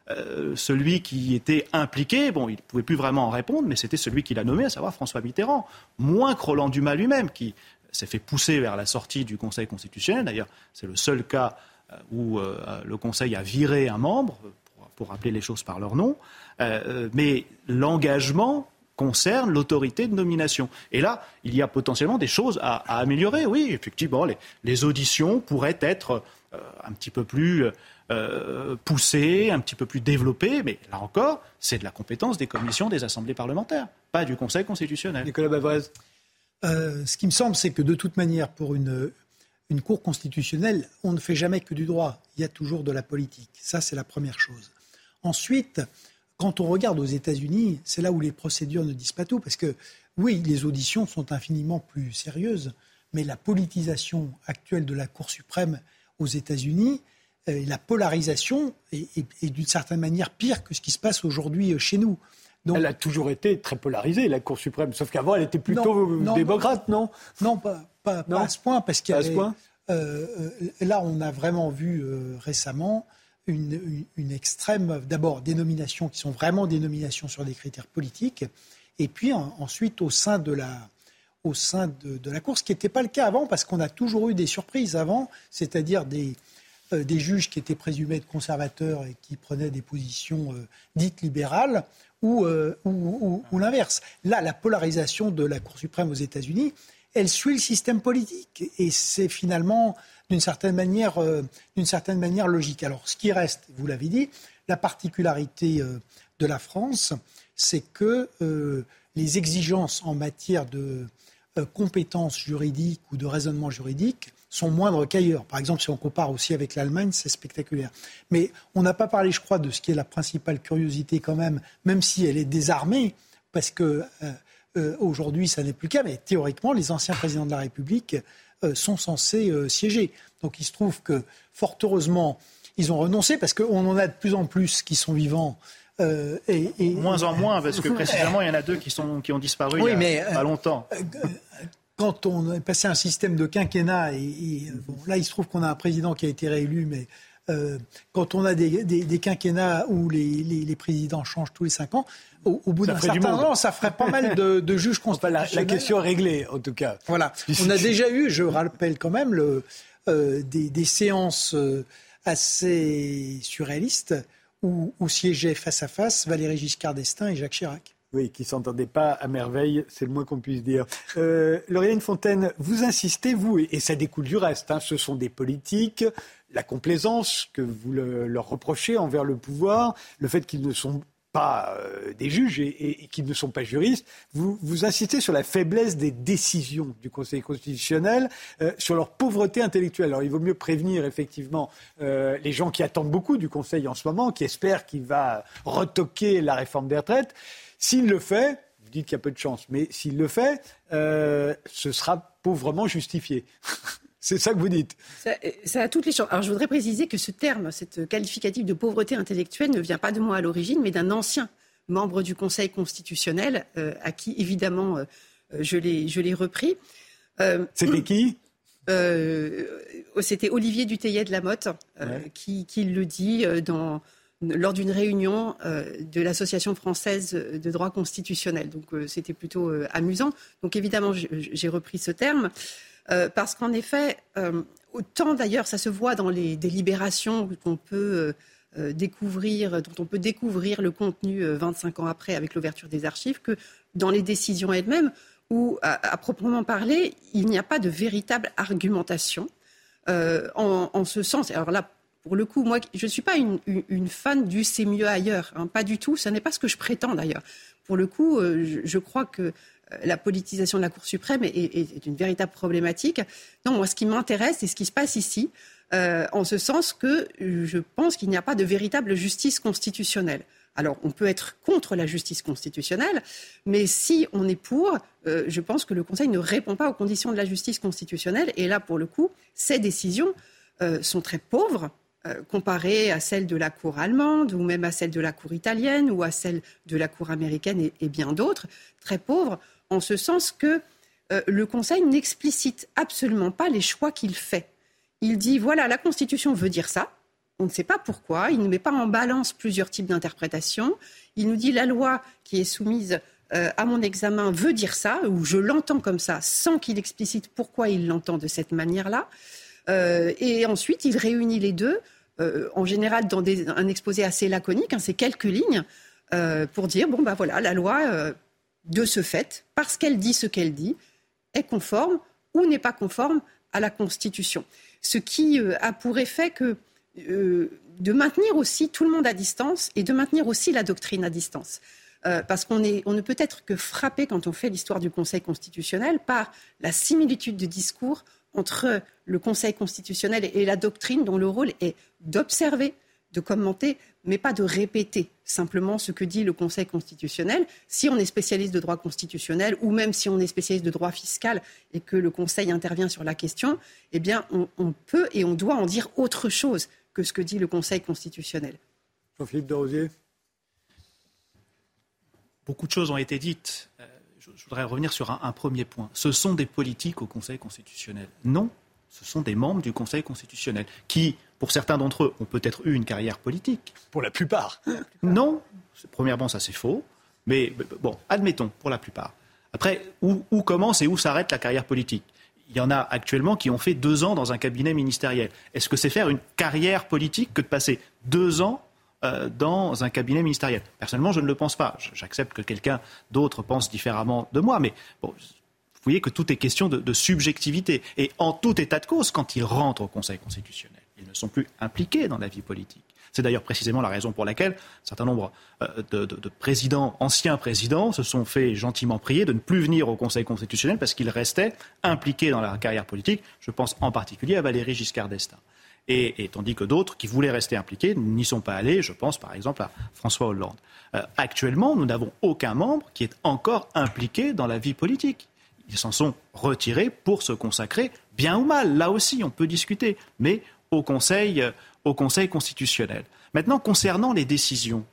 celui qui était impliqué, bon, il ne pouvait plus vraiment en répondre, mais c'était celui qui l'a nommé, à savoir François Mitterrand, moins que Roland Dumas lui-même, qui s'est fait pousser vers la sortie du Conseil constitutionnel. D'ailleurs, c'est le seul cas où le Conseil a viré un membre, pour rappeler les choses par leur nom, mais l'engagement concerne l'autorité de nomination. Et là, il y a potentiellement des choses à améliorer. Oui, effectivement, les auditions pourraient être un petit peu plus poussées, un petit peu plus développées, mais là encore, c'est de la compétence des commissions des assemblées parlementaires, pas du Conseil constitutionnel. Nicolas Bavrez. Ce qui me semble, c'est que de toute manière, pour une cour constitutionnelle, on ne fait jamais que du droit. Il y a toujours de la politique. Ça, c'est la première chose. Ensuite, quand on regarde aux États-Unis, c'est là où les procédures ne disent pas tout, parce que oui, les auditions sont infiniment plus sérieuses, mais la politisation actuelle de la Cour suprême aux États-Unis, la polarisation est d'une certaine manière pire que ce qui se passe aujourd'hui chez nous. Donc, elle a toujours été très polarisée, la Cour suprême, sauf qu'avant, elle était plutôt démocrate, non ? Non, pas à ce point, parce qu'il y avait... là, on a vraiment vu récemment une extrême, d'abord, des nominations qui sont vraiment des nominations sur des critères politiques, et puis ensuite au sein de la Cour, ce qui n'était pas le cas avant, parce qu'on a toujours eu des surprises avant, c'est-à-dire des juges qui étaient présumés être conservateurs et qui prenaient des positions dites libérales, ou l'inverse. Là, la polarisation de la Cour suprême aux États-Unis, elle suit le système politique, et c'est finalement d'une certaine manière logique. Alors, ce qui reste, vous l'avez dit, la particularité de la France, c'est que les exigences en matière de compétences juridiques ou de raisonnement juridique sont moindres qu'ailleurs. Par exemple, si on compare aussi avec l'Allemagne, c'est spectaculaire. Mais on n'a pas parlé, je crois, de ce qui est la principale curiosité quand même si elle est désarmée, parce que aujourd'hui, ça n'est plus le cas, mais théoriquement, les anciens présidents de la République sont censés siéger. Donc il se trouve que, fort heureusement, ils ont renoncé, parce qu'on en a de plus en plus qui sont vivants. Moins en moins, parce que précisément, il y en a 2 qui ont disparu il y a pas longtemps. Quand on est passé à un système de quinquennat, là, il se trouve qu'on a un président qui a été réélu, mais quand on a des quinquennats où les présidents changent tous les 5 ans, au bout d'un certain temps, ça ferait pas mal de juges constitutionnels. La question est réglée, en tout cas. Voilà. On a déjà eu, je rappelle quand même, des séances assez surréalistes où siégeaient face à face Valéry Giscard d'Estaing et Jacques Chirac. Oui, qui ne s'entendaient pas à merveille, c'est le moins qu'on puisse dire. Lauriane Fontaine, vous insistez, vous, et ça découle du reste, ce sont des politiques, la complaisance que vous leur reprochez envers le pouvoir, le fait qu'ils ne sont pas des juges et qu'ils ne sont pas juristes, vous insistez sur la faiblesse des décisions du Conseil constitutionnel, sur leur pauvreté intellectuelle. Alors il vaut mieux prévenir effectivement les gens qui attendent beaucoup du Conseil en ce moment, qui espèrent qu'il va retoquer la réforme des retraites. S'il le fait, vous dites qu'il y a peu de chance, mais s'il le fait, ce sera pauvrement justifié. C'est ça que vous dites. Ça a toutes les chances. Alors je voudrais préciser que ce terme, cette qualificatif de pauvreté intellectuelle ne vient pas de moi à l'origine, mais d'un ancien membre du Conseil constitutionnel, à qui évidemment je l'ai repris. C'était qui ? C'était Olivier Dutheillet de Lamotte, qui le dit lors d'une réunion de l'Association française de droit constitutionnel. Donc c'était plutôt amusant. Donc évidemment, j'ai repris ce terme. Parce qu'en effet, autant d'ailleurs ça se voit dans les délibérations dont on peut découvrir le contenu 25 ans après avec l'ouverture des archives, que dans les décisions elles-mêmes, où à proprement parler, il n'y a pas de véritable argumentation en ce sens. Alors là, pour le coup, moi, je ne suis pas une fan du « c'est mieux ailleurs », pas du tout, ça n'est pas ce que je prétends d'ailleurs. Pour le coup, je crois que la politisation de la Cour suprême est une véritable problématique. Non, moi, ce qui m'intéresse, c'est ce qui se passe ici, en ce sens que je pense qu'il n'y a pas de véritable justice constitutionnelle. Alors, on peut être contre la justice constitutionnelle, mais si on est pour, je pense que le Conseil ne répond pas aux conditions de la justice constitutionnelle. Et là, pour le coup, ces décisions sont très pauvres, comparée à celle de la Cour allemande ou même à celle de la Cour italienne ou à celle de la Cour américaine et bien d'autres, très pauvres, en ce sens que le Conseil n'explicite absolument pas les choix qu'il fait. Il dit, voilà, la Constitution veut dire ça, On ne sait pas pourquoi. Il ne met pas en balance plusieurs types d'interprétations. Il nous dit la loi qui est soumise à mon examen veut dire ça, ou je l'entends comme ça, sans qu'il explicite pourquoi il l'entend de cette manière-là. Et ensuite, il réunit les deux, en général dans un exposé assez laconique, c'est quelques lignes, pour dire, la loi, de ce fait, parce qu'elle dit ce qu'elle dit, est conforme ou n'est pas conforme à la Constitution. Ce qui a pour effet de maintenir aussi tout le monde à distance et de maintenir aussi la doctrine à distance. Parce qu'on ne peut être que frappé quand on fait l'histoire du Conseil constitutionnel par la similitude de discours entre le Conseil constitutionnel et la doctrine dont le rôle est d'observer, de commenter, mais pas de répéter simplement ce que dit le Conseil constitutionnel. Si on est spécialiste de droit constitutionnel ou même si on est spécialiste de droit fiscal et que le Conseil intervient sur la question, eh bien on peut et on doit en dire autre chose que ce que dit le Conseil constitutionnel. Jean-Philippe Desrosiers. Beaucoup de choses ont été dites. Je voudrais revenir sur un premier point. Ce sont des politiques au Conseil constitutionnel. Non, ce sont des membres du Conseil constitutionnel qui, pour certains d'entre eux, ont peut-être eu une carrière politique. Pour la plupart. Non, premièrement, ça c'est faux. Mais bon, admettons, pour la plupart. Après, où commence et où s'arrête la carrière politique ? Il y en a actuellement qui ont fait 2 ans dans un cabinet ministériel. Est-ce que c'est faire une carrière politique que de passer 2 ans dans un cabinet ministériel? Personnellement, je ne le pense pas. J'accepte que quelqu'un d'autre pense différemment de moi, mais bon, vous voyez que tout est question de subjectivité. Et en tout état de cause, quand ils rentrent au Conseil constitutionnel, ils ne sont plus impliqués dans la vie politique. C'est d'ailleurs précisément la raison pour laquelle un certain nombre de présidents, anciens présidents, se sont fait gentiment prier de ne plus venir au Conseil constitutionnel parce qu'ils restaient impliqués dans la carrière politique. Je pense en particulier à Valéry Giscard d'Estaing. Et tandis que d'autres qui voulaient rester impliqués n'y sont pas allés. Je pense par exemple à François Hollande. Actuellement, nous n'avons aucun membre qui est encore impliqué dans la vie politique. Ils s'en sont retirés pour se consacrer, bien ou mal. Là aussi, on peut discuter, mais au Conseil constitutionnel. Maintenant, concernant les décisions,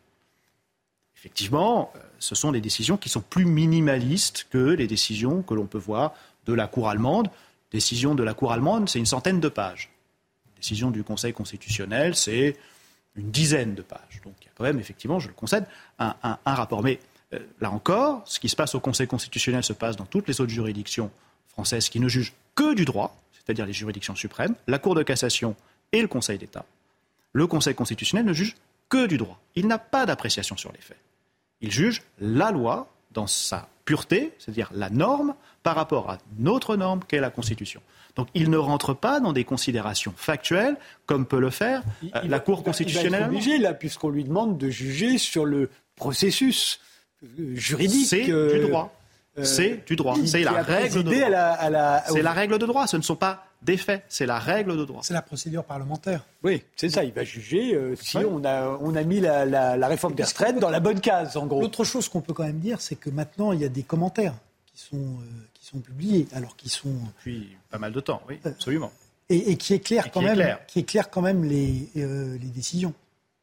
effectivement, ce sont des décisions qui sont plus minimalistes que les décisions que l'on peut voir de la Cour allemande. Décision de la Cour allemande, c'est une centaine de pages. Décision du Conseil constitutionnel, c'est une dizaine de pages. Donc il y a quand même, effectivement, je le concède, un rapport. Mais là encore, ce qui se passe au Conseil constitutionnel se passe dans toutes les autres juridictions françaises qui ne jugent que du droit, c'est-à-dire les juridictions suprêmes, la Cour de cassation et le Conseil d'État. Le Conseil constitutionnel ne juge que du droit. Il n'a pas d'appréciation sur les faits. Il juge la loi dans sa pureté, c'est-à-dire la norme, par rapport à notre norme qu'est la Constitution. Donc il ne rentre pas dans des considérations factuelles comme peut le faire la Cour constitutionnelle. Il va être obligé, là, puisqu'on lui demande de juger sur le processus juridique. C'est du droit. C'est du droit. C'est la règle de droit. C'est la règle de droit. Ce ne sont pas des faits. C'est la règle de droit. C'est la procédure parlementaire. Oui, c'est ça. Il va juger si on a mis la réforme des retraites dans la bonne case, en gros. L'autre chose qu'on peut quand même dire, c'est que maintenant, il y a des commentaires qui sont publiés, alors qu'ils sont... Depuis pas mal de temps, oui, absolument. Et qui éclairent quand même les décisions.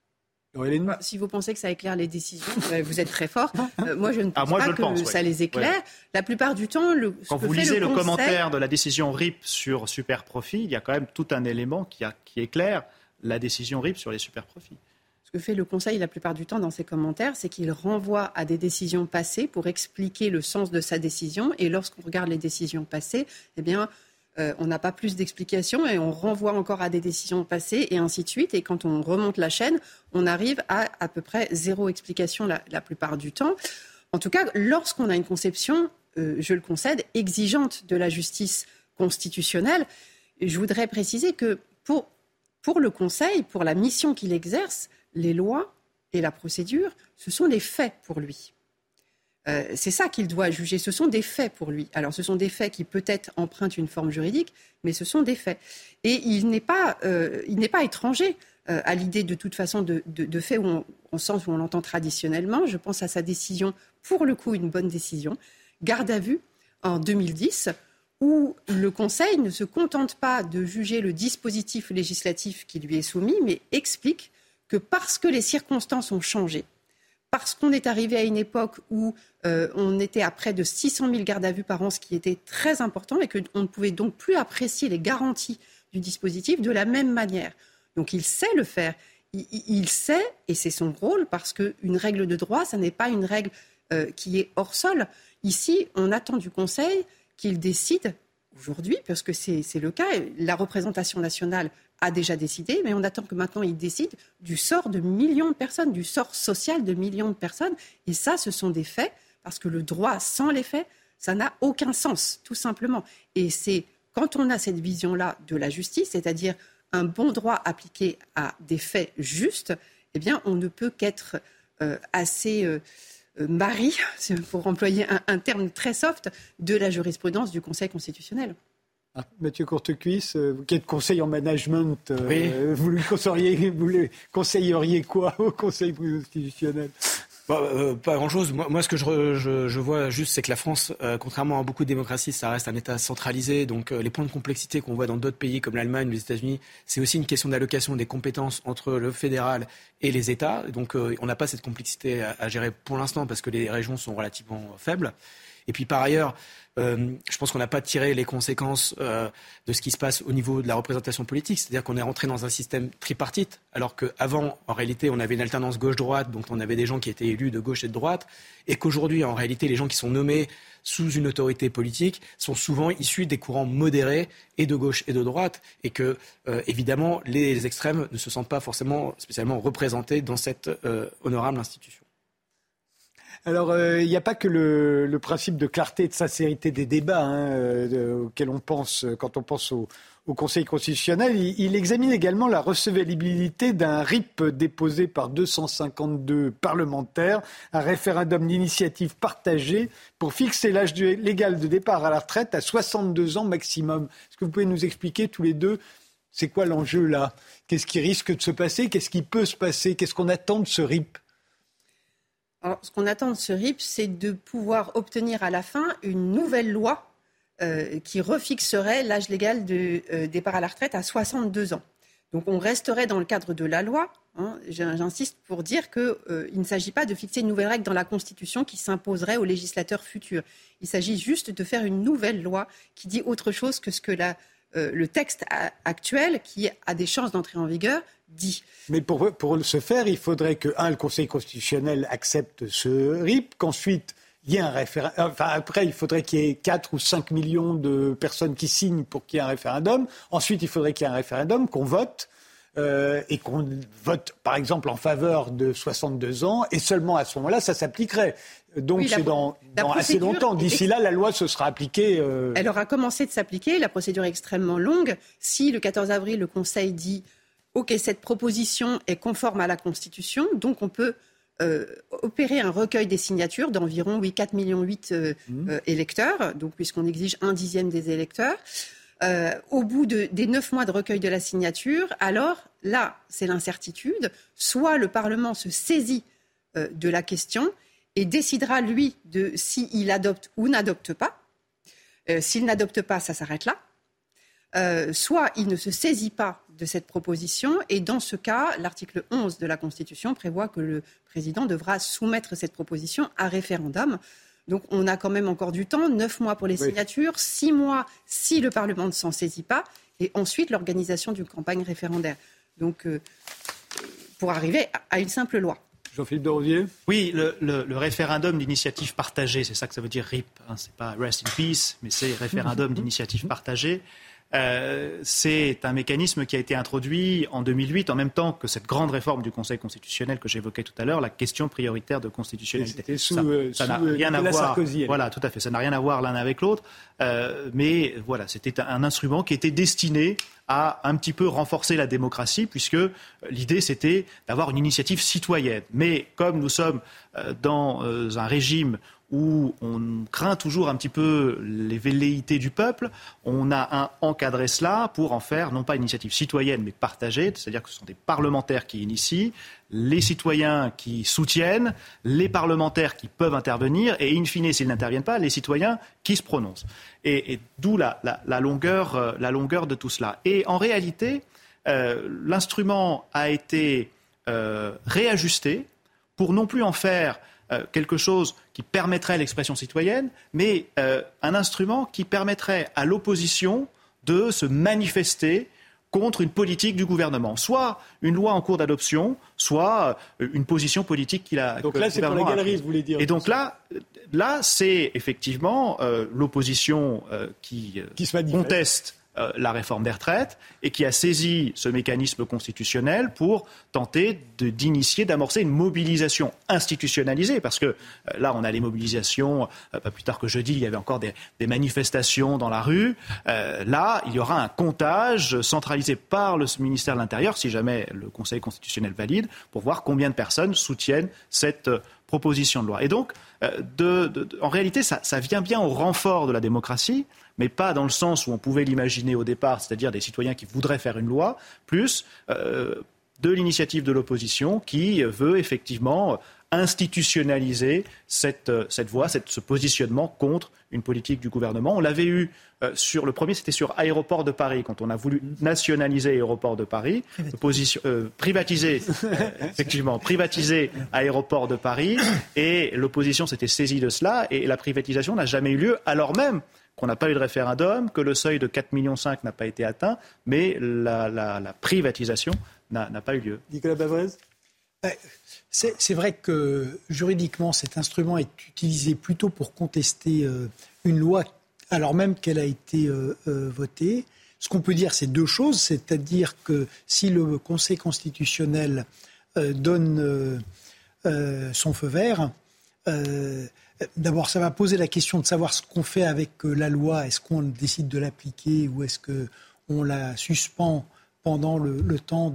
Si vous pensez que ça éclaire les décisions, vous êtes très fort. Moi, je ne pense pas que ça les éclaire. Ouais. La plupart du temps, quand vous lisez le commentaire de la décision RIP sur Superprofit, il y a quand même tout un élément qui éclaire la décision RIP sur les superprofits. Ce que fait le Conseil la plupart du temps dans ses commentaires, c'est qu'il renvoie à des décisions passées pour expliquer le sens de sa décision. Et lorsqu'on regarde les décisions passées, eh bien, on n'a pas plus d'explications et on renvoie encore à des décisions passées et ainsi de suite. Et quand on remonte la chaîne, on arrive à peu près 0 explication la plupart du temps. En tout cas, lorsqu'on a une conception, je le concède, exigeante de la justice constitutionnelle, je voudrais préciser que pour le Conseil, pour la mission qu'il exerce, les lois et la procédure, ce sont des faits pour lui. C'est ça qu'il doit juger. Ce sont des faits pour lui. Alors, ce sont des faits qui peut-être empruntent une forme juridique, mais ce sont des faits. Et il n'est pas étranger à l'idée, de toute façon, de faits au sens où on l'entend traditionnellement. Je pense à sa décision, pour le coup, une bonne décision, garde à vue en 2010, où le Conseil ne se contente pas de juger le dispositif législatif qui lui est soumis, mais explique que parce que les circonstances ont changé, parce qu'on est arrivé à une époque où on était à près de 600 000 gardes à vue par an, ce qui était très important, et qu'on ne pouvait donc plus apprécier les garanties du dispositif de la même manière. Donc il sait le faire. Il sait, et c'est son rôle, parce qu'une règle de droit, ça n'est pas une règle qui est hors sol. Ici, on attend du Conseil qu'il décide aujourd'hui, parce que c'est le cas. La représentation nationale a déjà décidé, mais on attend que maintenant il décide du sort de millions de personnes, du sort social de millions de personnes. Et ça, ce sont des faits, parce que le droit sans les faits, ça n'a aucun sens, tout simplement. Et c'est quand on a cette vision-là de la justice, c'est-à-dire un bon droit appliqué à des faits justes, eh bien, on ne peut qu'être assez mari, pour employer un terme très soft, de la jurisprudence du Conseil constitutionnel. Mathieu Courtecuisse, vous qui êtes conseiller en management, oui. vous lui conseilleriez quoi au Conseil constitutionnel ? Pas grand-chose. Moi, ce que je vois juste, c'est que la France, contrairement à beaucoup de démocraties, ça reste un État centralisé. Donc, les points de complexité qu'on voit dans d'autres pays comme l'Allemagne ou les États-Unis, c'est aussi une question d'allocation des compétences entre le fédéral et les États. Donc, on n'a pas cette complexité à gérer pour l'instant parce que les régions sont relativement faibles. Et puis, par ailleurs, je pense qu'on n'a pas tiré les conséquences de ce qui se passe au niveau de la représentation politique. C'est-à-dire qu'on est rentré dans un système tripartite, alors qu'avant, en réalité, on avait une alternance gauche-droite, donc on avait des gens qui étaient élus de gauche et de droite, et qu'aujourd'hui, en réalité, les gens qui sont nommés sous une autorité politique sont souvent issus des courants modérés et de gauche et de droite, et que, évidemment, les extrêmes ne se sentent pas forcément spécialement représentés dans cette honorable institution. Alors, il n'y a pas que le principe de clarté et de sincérité des débats auquel on pense quand on pense au Conseil constitutionnel. Il examine également la recevabilité d'un RIP déposé par 252 parlementaires, un référendum d'initiative partagée pour fixer l'âge légal de départ à la retraite à 62 ans maximum. Est-ce que vous pouvez nous expliquer tous les deux, c'est quoi l'enjeu là ? Qu'est-ce qui risque de se passer ? Qu'est-ce qui peut se passer ? Qu'est-ce qu'on attend de ce RIP ? Alors, ce qu'on attend de ce RIP, c'est de pouvoir obtenir à la fin une nouvelle loi qui refixerait l'âge légal de départ à la retraite à 62 ans. Donc on resterait dans le cadre de la loi. J'insiste pour dire qu'il ne s'agit pas de fixer une nouvelle règle dans la Constitution qui s'imposerait aux législateurs futurs. Il s'agit juste de faire une nouvelle loi qui dit autre chose que ce que le texte actuel, qui a des chances d'entrer en vigueur, dit. Mais pour ce faire, il faudrait que, le Conseil constitutionnel accepte ce RIP, qu'ensuite, il y ait un référendum. Enfin, après, il faudrait qu'il y ait 4 ou 5 millions de personnes qui signent pour qu'il y ait un référendum. Ensuite, il faudrait qu'il y ait un référendum, qu'on vote, et qu'on vote, par exemple, en faveur de 62 ans, et seulement à ce moment-là, ça s'appliquerait. Donc, oui, c'est dans assez longtemps. D'ici là, la loi se sera appliquée. Elle aura commencé de s'appliquer. La procédure est extrêmement longue. Si, le 14 avril, le Conseil dit OK, cette proposition est conforme à la Constitution, donc on peut opérer un recueil des signatures d'environ 4,8 millions électeurs, donc puisqu'on exige 1/10 des électeurs. Au bout des 9 mois de recueil de la signature, alors là, c'est l'incertitude. Soit le Parlement se saisit de la question et décidera, lui, de s'il adopte ou n'adopte pas. S'il n'adopte pas, ça s'arrête là. Soit il ne se saisit pas de cette proposition, et dans ce cas, l'article 11 de la Constitution prévoit que le président devra soumettre cette proposition à référendum. Donc on a quand même encore du temps, 9 mois pour les signatures, 6 mois si le Parlement ne s'en saisit pas, et ensuite l'organisation d'une campagne référendaire. Donc pour arriver à une simple loi. Jean-Philippe de Rosier ? Oui, le référendum d'initiative partagée, c'est ça que ça veut dire RIP. C'est pas Rest in Peace, mais c'est référendum d'initiative partagée. C'est un mécanisme qui a été introduit en 2008, en même temps que cette grande réforme du Conseil constitutionnel que j'évoquais tout à l'heure, la question prioritaire de constitutionnalité. Ça n'a rien à voir. Sarkozy. Voilà, tout à fait. Ça n'a rien à voir l'un avec l'autre. Mais voilà, c'était un instrument qui était destiné à un petit peu renforcer la démocratie, puisque l'idée c'était d'avoir une initiative citoyenne. Mais comme nous sommes dans un régime où on craint toujours un petit peu les velléités du peuple, on a encadré cela pour en faire non pas une initiative citoyenne mais partagée, c'est-à-dire que ce sont des parlementaires qui initient, les citoyens qui soutiennent, les parlementaires qui peuvent intervenir et in fine, s'ils n'interviennent pas, les citoyens qui se prononcent. Et d'où la longueur de tout cela. Et en réalité, l'instrument a été réajusté pour non plus en faire quelque chose qui permettrait l'expression citoyenne, mais un instrument qui permettrait à l'opposition de se manifester contre une politique du gouvernement, soit une loi en cours d'adoption, soit une position politique qu'il a. Donc là, c'est pour la galerie, vous voulez dire. Et donc là, c'est effectivement l'opposition qui conteste la réforme des retraites et qui a saisi ce mécanisme constitutionnel pour tenter d'initier, d'amorcer une mobilisation institutionnalisée. Parce que là, on a les mobilisations, pas plus tard que jeudi, il y avait encore des manifestations dans la rue. Là, il y aura un comptage centralisé par le ministère de l'Intérieur, si jamais le Conseil constitutionnel valide, pour voir combien de personnes soutiennent cette proposition de loi. Et donc, en réalité, ça vient bien au renfort de la démocratie, mais pas dans le sens où on pouvait l'imaginer au départ, c'est-à-dire des citoyens qui voudraient faire une loi, plus de l'initiative de l'opposition qui veut effectivement institutionnaliser cette voie, ce positionnement contre une politique du gouvernement. On l'avait eu le premier, c'était sur Aéroport de Paris, quand on a voulu nationaliser Aéroport de Paris, privatiser Aéroport de Paris, et l'opposition s'était saisie de cela, et la privatisation n'a jamais eu lieu, alors même qu'on n'a pas eu de référendum, que le seuil de 4,5 millions n'a pas été atteint, mais la privatisation n'a pas eu lieu. Nicolas Bavrez ? C'est vrai que juridiquement, cet instrument est utilisé plutôt pour contester une loi alors même qu'elle a été votée. Ce qu'on peut dire, c'est deux choses, c'est-à-dire que si le Conseil constitutionnel donne son feu vert, d'abord, ça va poser la question de savoir ce qu'on fait avec la loi. Est-ce qu'on décide de l'appliquer ou est-ce qu'on la suspend pendant le temps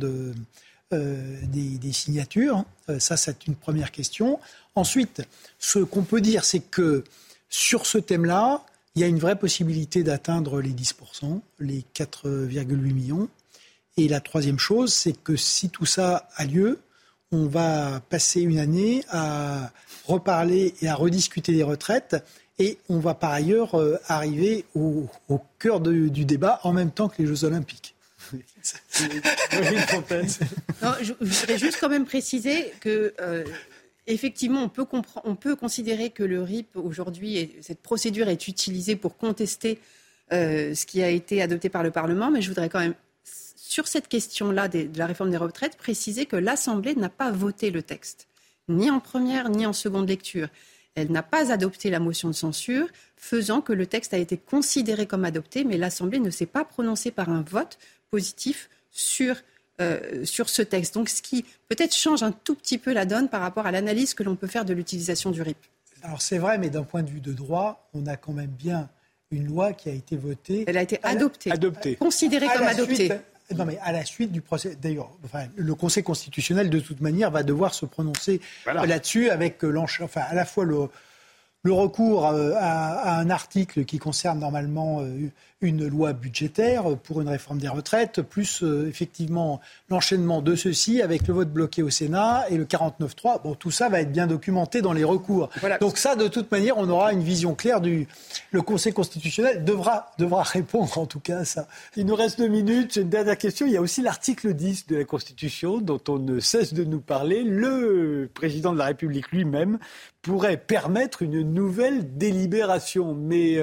des signatures? Ça, c'est une première question. Ensuite, ce qu'on peut dire, c'est que sur ce thème-là, il y a une vraie possibilité d'atteindre les 10%, les 4,8 millions. Et la troisième chose, c'est que si tout ça a lieu, on va passer une année à reparler et à rediscuter des retraites. Et on va par ailleurs arriver au cœur du débat en même temps que les Jeux Olympiques. Non, je voudrais juste quand même préciser que, effectivement, on peut considérer que le RIP, aujourd'hui, cette procédure est utilisée pour contester ce qui a été adopté par le Parlement. Mais je voudrais quand même, sur cette question-là de la réforme des retraites, préciser que l'Assemblée n'a pas voté le texte, ni en première ni en seconde lecture. Elle n'a pas adopté la motion de censure, faisant que le texte a été considéré comme adopté, mais l'Assemblée ne s'est pas prononcée par un vote positif sur ce texte. Donc, ce qui peut-être change un tout petit peu la donne par rapport à l'analyse que l'on peut faire de l'utilisation du RIP. Alors, c'est vrai, mais d'un point de vue de droit, on a quand même bien une loi qui a été votée. Elle a été adoptée. Considérée comme adoptée. Non, mais à la suite du procès. D'ailleurs, le Conseil constitutionnel, de toute manière, va devoir se prononcer là-dessus avec à la fois le recours à un article qui concerne normalement une loi budgétaire pour une réforme des retraites, plus effectivement l'enchaînement de ceci avec le vote bloqué au Sénat et le 49.3. Bon, tout ça va être bien documenté dans les recours. Voilà. Donc ça, de toute manière, on aura une vision claire le Conseil constitutionnel devra répondre en tout cas à ça. Il nous reste 2 minutes. J'ai une dernière question. Il y a aussi l'article 10 de la Constitution dont on ne cesse de nous parler. Le président de la République lui-même pourrait permettre une nouvelle délibération. Mais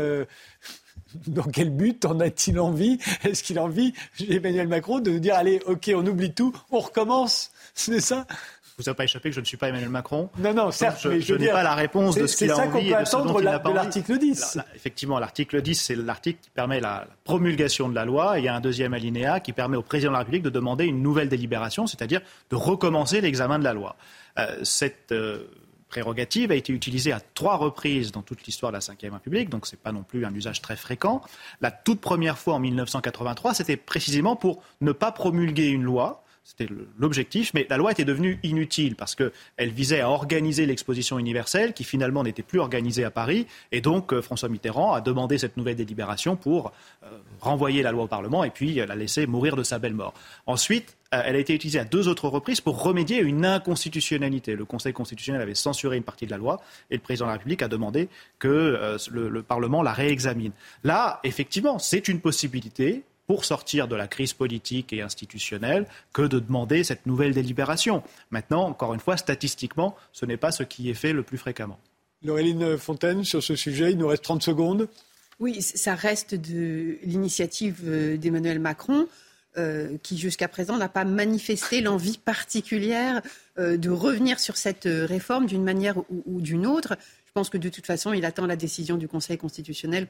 dans quel but en a-t-il envie ? Est-ce qu'il a envie, Emmanuel Macron, de nous dire « Allez, ok, on oublie tout, on recommence ». C'est ça ? Vous n'avez pas échappé que je ne suis pas Emmanuel Macron. Non, certes, mais je n'ai pas la réponse de ce qu'il a envie. C'est ça qu'on peut attendre de l'article 10. Alors, effectivement, l'article 10, c'est l'article qui permet la promulgation de la loi. Il y a un deuxième alinéa qui permet au président de la République de demander une nouvelle délibération, c'est-à-dire de recommencer l'examen de la loi. Cette prérogative a été utilisée à 3 reprises dans toute l'histoire de la Ve République, donc ce n'est pas non plus un usage très fréquent. La toute première fois en 1983, c'était précisément pour ne pas promulguer une loi. C'était l'objectif, mais la loi était devenue inutile parce qu'elle visait à organiser l'exposition universelle qui finalement n'était plus organisée à Paris. Et donc François Mitterrand a demandé cette nouvelle délibération pour renvoyer la loi au Parlement et puis la laisser mourir de sa belle mort. Ensuite, elle a été utilisée à 2 autres reprises pour remédier à une inconstitutionnalité. Le Conseil constitutionnel avait censuré une partie de la loi et le président de la République a demandé que le Parlement la réexamine. Là, effectivement, c'est une possibilité pour sortir de la crise politique et institutionnelle que de demander cette nouvelle délibération. Maintenant, encore une fois, statistiquement, ce n'est pas ce qui est fait le plus fréquemment. Laureline Fontaine, sur ce sujet, il nous reste 30 secondes. Oui, ça reste de l'initiative d'Emmanuel Macron. qui jusqu'à présent n'a pas manifesté l'envie particulière de revenir sur cette réforme d'une manière ou d'une autre. Je pense que de toute façon, il attend la décision du Conseil constitutionnel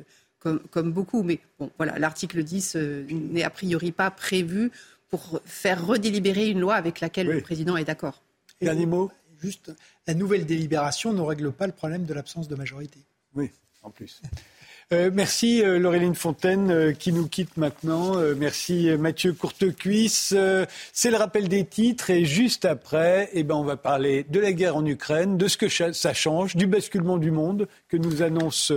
comme beaucoup. Mais bon, voilà, l'article 10 n'est a priori pas prévu pour faire redélibérer une loi avec laquelle le président est d'accord. Dernier mot. Juste, la nouvelle délibération ne règle pas le problème de l'absence de majorité. Oui, en plus. Merci Laureline Fontaine qui nous quitte maintenant. Merci Mathieu Courtecuisse. C'est le rappel des titres et juste après, on va parler de la guerre en Ukraine, de ce que ça change, du basculement du monde que nous annonce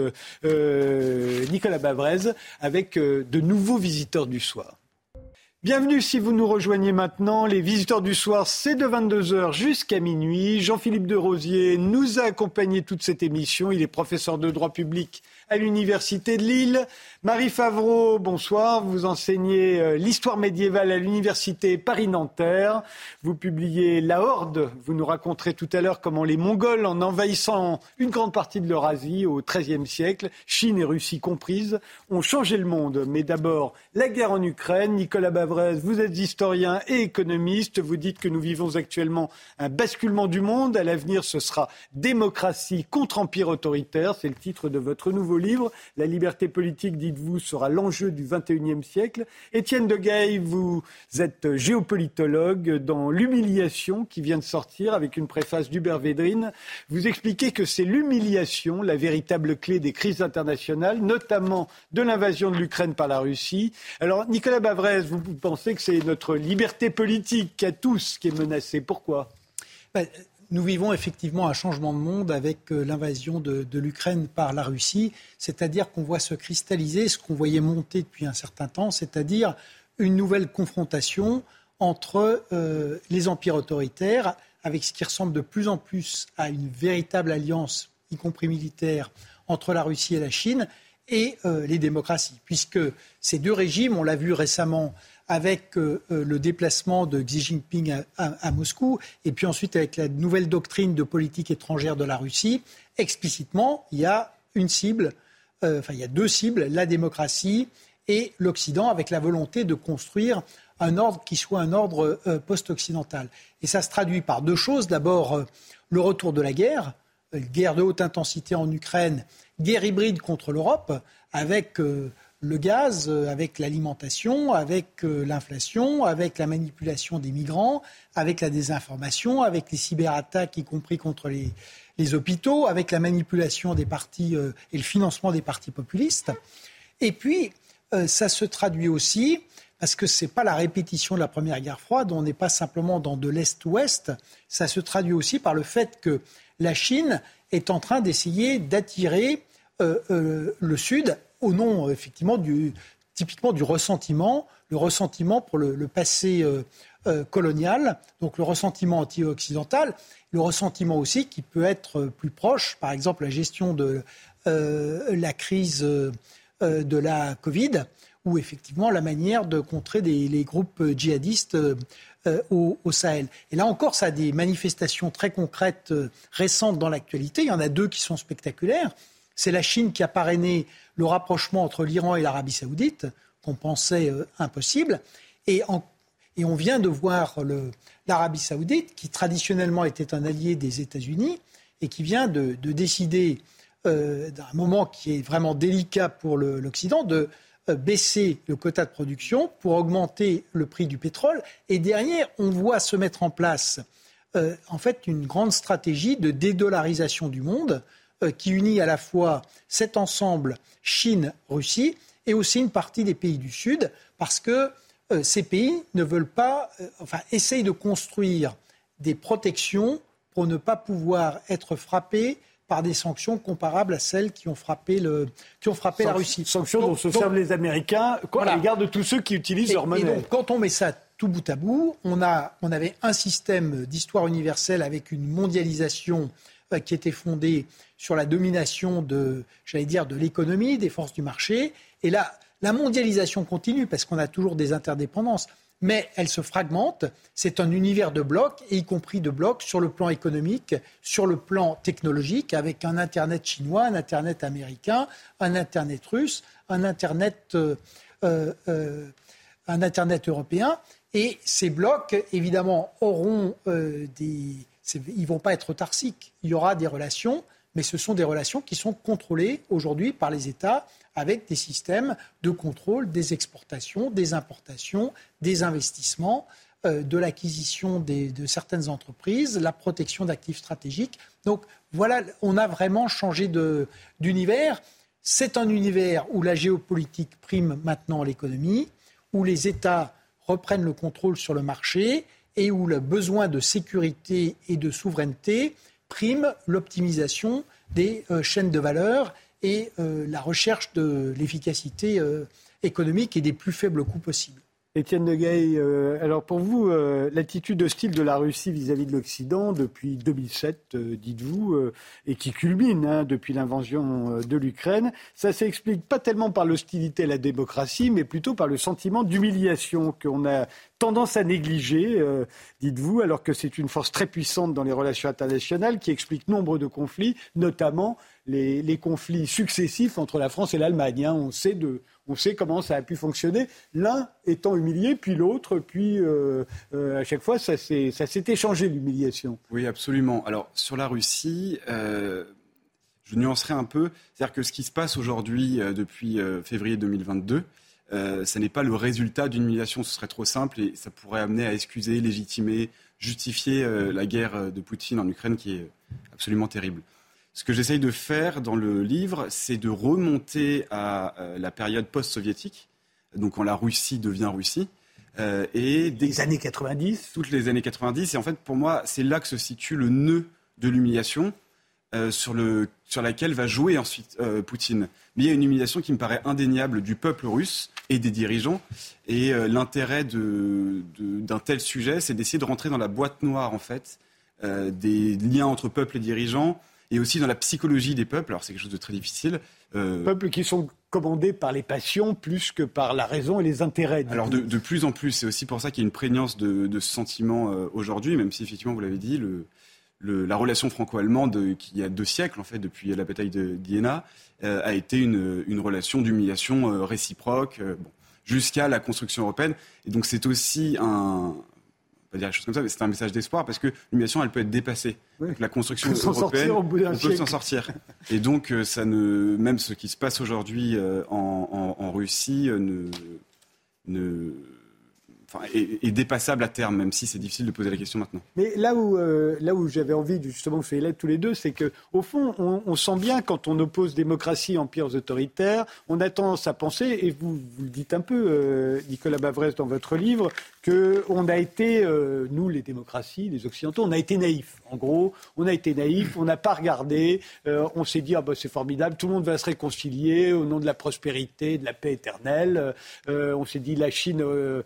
Nicolas Bavrez avec de nouveaux visiteurs du soir. Bienvenue si vous nous rejoignez maintenant. Les visiteurs du soir, c'est de 22h jusqu'à minuit. Jean-Philippe Derosier nous a accompagné toute cette émission. Il est professeur de droit public à l'Université de Lille. Marie Favreau, bonsoir. Vous enseignez l'histoire médiévale à l'Université Paris-Nanterre. Vous publiez La Horde. Vous nous raconterez tout à l'heure comment les Mongols, en envahissant une grande partie de l'Eurasie au XIIIe siècle, Chine et Russie comprises, ont changé le monde. Mais d'abord, la guerre en Ukraine. Nicolas Bavrez, vous êtes historien et économiste. Vous dites que nous vivons actuellement un basculement du monde. À l'avenir, ce sera démocratie contre empire autoritaire. C'est le titre de votre nouveau livre. La liberté politique, dites-vous, sera l'enjeu du XXIe siècle. Étienne Degaille, vous êtes géopolitologue dans L'humiliation qui vient de sortir avec une préface d'Hubert Védrine. Vous expliquez que c'est l'humiliation, la véritable clé des crises internationales, notamment de l'invasion de l'Ukraine par la Russie. Alors, Nicolas Bavrez, vous pensez que c'est notre liberté politique à tous qui est menacée. Pourquoi ? Nous vivons effectivement un changement de monde avec l'invasion de l'Ukraine par la Russie, c'est-à-dire qu'on voit se cristalliser ce qu'on voyait monter depuis un certain temps, c'est-à-dire une nouvelle confrontation entre les empires autoritaires, avec ce qui ressemble de plus en plus à une véritable alliance, y compris militaire, entre la Russie et la Chine, et les démocraties. Puisque ces deux régimes, on l'a vu récemment avec le déplacement de Xi Jinping à Moscou, et puis ensuite avec la nouvelle doctrine de politique étrangère de la Russie, explicitement, il y a une cible, il y a deux cibles, la démocratie et l'Occident, avec la volonté de construire un ordre qui soit un ordre post-occidental. Et ça se traduit par deux choses. D'abord, le retour de la guerre de haute intensité en Ukraine, guerre hybride contre l'Europe, avec le gaz, avec l'alimentation, avec l'inflation, avec la manipulation des migrants, avec la désinformation, avec les cyberattaques, y compris contre les hôpitaux, avec la manipulation des partis et le financement des partis populistes. Et puis, ça se traduit aussi, parce que ce n'est pas la répétition de la Première Guerre froide, on n'est pas simplement dans de l'Est-Ouest, ça se traduit aussi par le fait que la Chine est en train d'essayer d'attirer le Sud au nom, effectivement, typiquement du ressentiment, le ressentiment pour le passé colonial, donc le ressentiment anti-occidental, le ressentiment aussi qui peut être plus proche, par exemple la gestion de la crise de la Covid, ou effectivement la manière de contrer les groupes djihadistes au Sahel. Et là encore, ça a des manifestations très concrètes récentes dans l'actualité. Il y en a deux qui sont spectaculaires. C'est la Chine qui a parrainé le rapprochement entre l'Iran et l'Arabie saoudite, qu'on pensait impossible. Et on vient de voir l'Arabie saoudite, qui traditionnellement était un allié des États-Unis, et qui vient de décider, d'un moment qui est vraiment délicat pour l'Occident, de baisser le quota de production pour augmenter le prix du pétrole. Et derrière, on voit se mettre en place en fait une grande stratégie de dédollarisation du monde qui unit à la fois cet ensemble Chine-Russie et aussi une partie des pays du Sud, parce que ces pays ne veulent pas, essayent de construire des protections pour ne pas pouvoir être frappés par des sanctions comparables à celles qui ont frappé la Russie. Sanctions dont se servent les Américains à l'égard de tous ceux qui utilisent leur monnaie. Et donc, quand on met ça tout bout à bout, on avait un système d'histoire universelle avec une mondialisation qui était fondée sur la domination de l'économie, des forces du marché. Et là, la mondialisation continue parce qu'on a toujours des interdépendances. Mais elle se fragmente, c'est un univers de blocs, et y compris de blocs sur le plan économique, sur le plan technologique, avec un Internet chinois, un Internet américain, un Internet russe, un Internet un Internet européen. Et ces blocs, évidemment, auront ils ne vont pas être autarciques. Il y aura des relations, mais ce sont des relations qui sont contrôlées aujourd'hui par les États avec des systèmes de contrôle des exportations, des importations, des investissements, de l'acquisition de certaines entreprises, la protection d'actifs stratégiques. Donc voilà, on a vraiment changé d'univers. C'est un univers où la géopolitique prime maintenant l'économie, où les États reprennent le contrôle sur le marché et où le besoin de sécurité et de souveraineté prime l'optimisation des chaînes de valeur et la recherche de l'efficacité économique et des plus faibles coûts possibles. Étienne Deguay, alors pour vous, l'attitude hostile de la Russie vis-à-vis de l'Occident depuis 2007, dites-vous, et qui culmine depuis l'invasion de l'Ukraine, ça s'explique pas tellement par l'hostilité à la démocratie, mais plutôt par le sentiment d'humiliation qu'on a tendance à négliger, dites-vous, alors que c'est une force très puissante dans les relations internationales qui explique nombre de conflits, notamment les conflits successifs entre la France et l'Allemagne. On sait comment ça a pu fonctionner, l'un étant humilié, puis l'autre, puis à chaque fois, ça s'est échangé l'humiliation. Oui, absolument. Alors, sur la Russie, je nuancerai un peu. C'est-à-dire que ce qui se passe aujourd'hui, depuis février 2022, ça n'est pas le résultat d'une humiliation. Ce serait trop simple et ça pourrait amener à excuser, légitimer, justifier la guerre de Poutine en Ukraine qui est absolument terrible. Ce que j'essaye de faire dans le livre, c'est de remonter à la période post-soviétique, donc quand la Russie devient Russie. Les années 90 ? Toutes les années 90. Et en fait, pour moi, c'est là que se situe le nœud de l'humiliation sur laquelle va jouer ensuite Poutine. Mais il y a une humiliation qui me paraît indéniable du peuple russe et des dirigeants. Et l'intérêt d'un tel sujet, c'est d'essayer de rentrer dans la boîte noire, en fait, des liens entre peuple et dirigeants, et aussi dans la psychologie des peuples. Alors c'est quelque chose de très difficile. Peuples qui sont commandés par les passions plus que par la raison et les intérêts. Alors de plus en plus, c'est aussi pour ça qu'il y a une prégnance de ce sentiment aujourd'hui, même si effectivement, vous l'avez dit, la relation franco-allemande qui y a 2 siècles, en fait, depuis la bataille d'Iéna, a été une relation d'humiliation réciproque, jusqu'à la construction européenne. Et donc c'est aussi pas dire des choses comme ça, mais c'est un message d'espoir parce que l'humiliation, elle peut être dépassée. Oui. Donc, la construction européenne, on peut s'en sortir. Et donc, même ce qui se passe aujourd'hui en Russie est dépassable à terme, même si c'est difficile de poser la question maintenant. Mais là où j'avais envie, justement, vous soyez là tous les deux, c'est qu'au fond, on sent bien, quand on oppose démocratie, empires autoritaires, on a tendance à penser, et vous le dites un peu, Nicolas Bavrez, dans votre livre, qu'on a été, nous, les démocraties, les Occidentaux, on a été naïfs. En gros, on a été naïfs, on n'a pas regardé, on s'est dit, c'est formidable, tout le monde va se réconcilier au nom de la prospérité, de la paix éternelle. On s'est dit, la Chine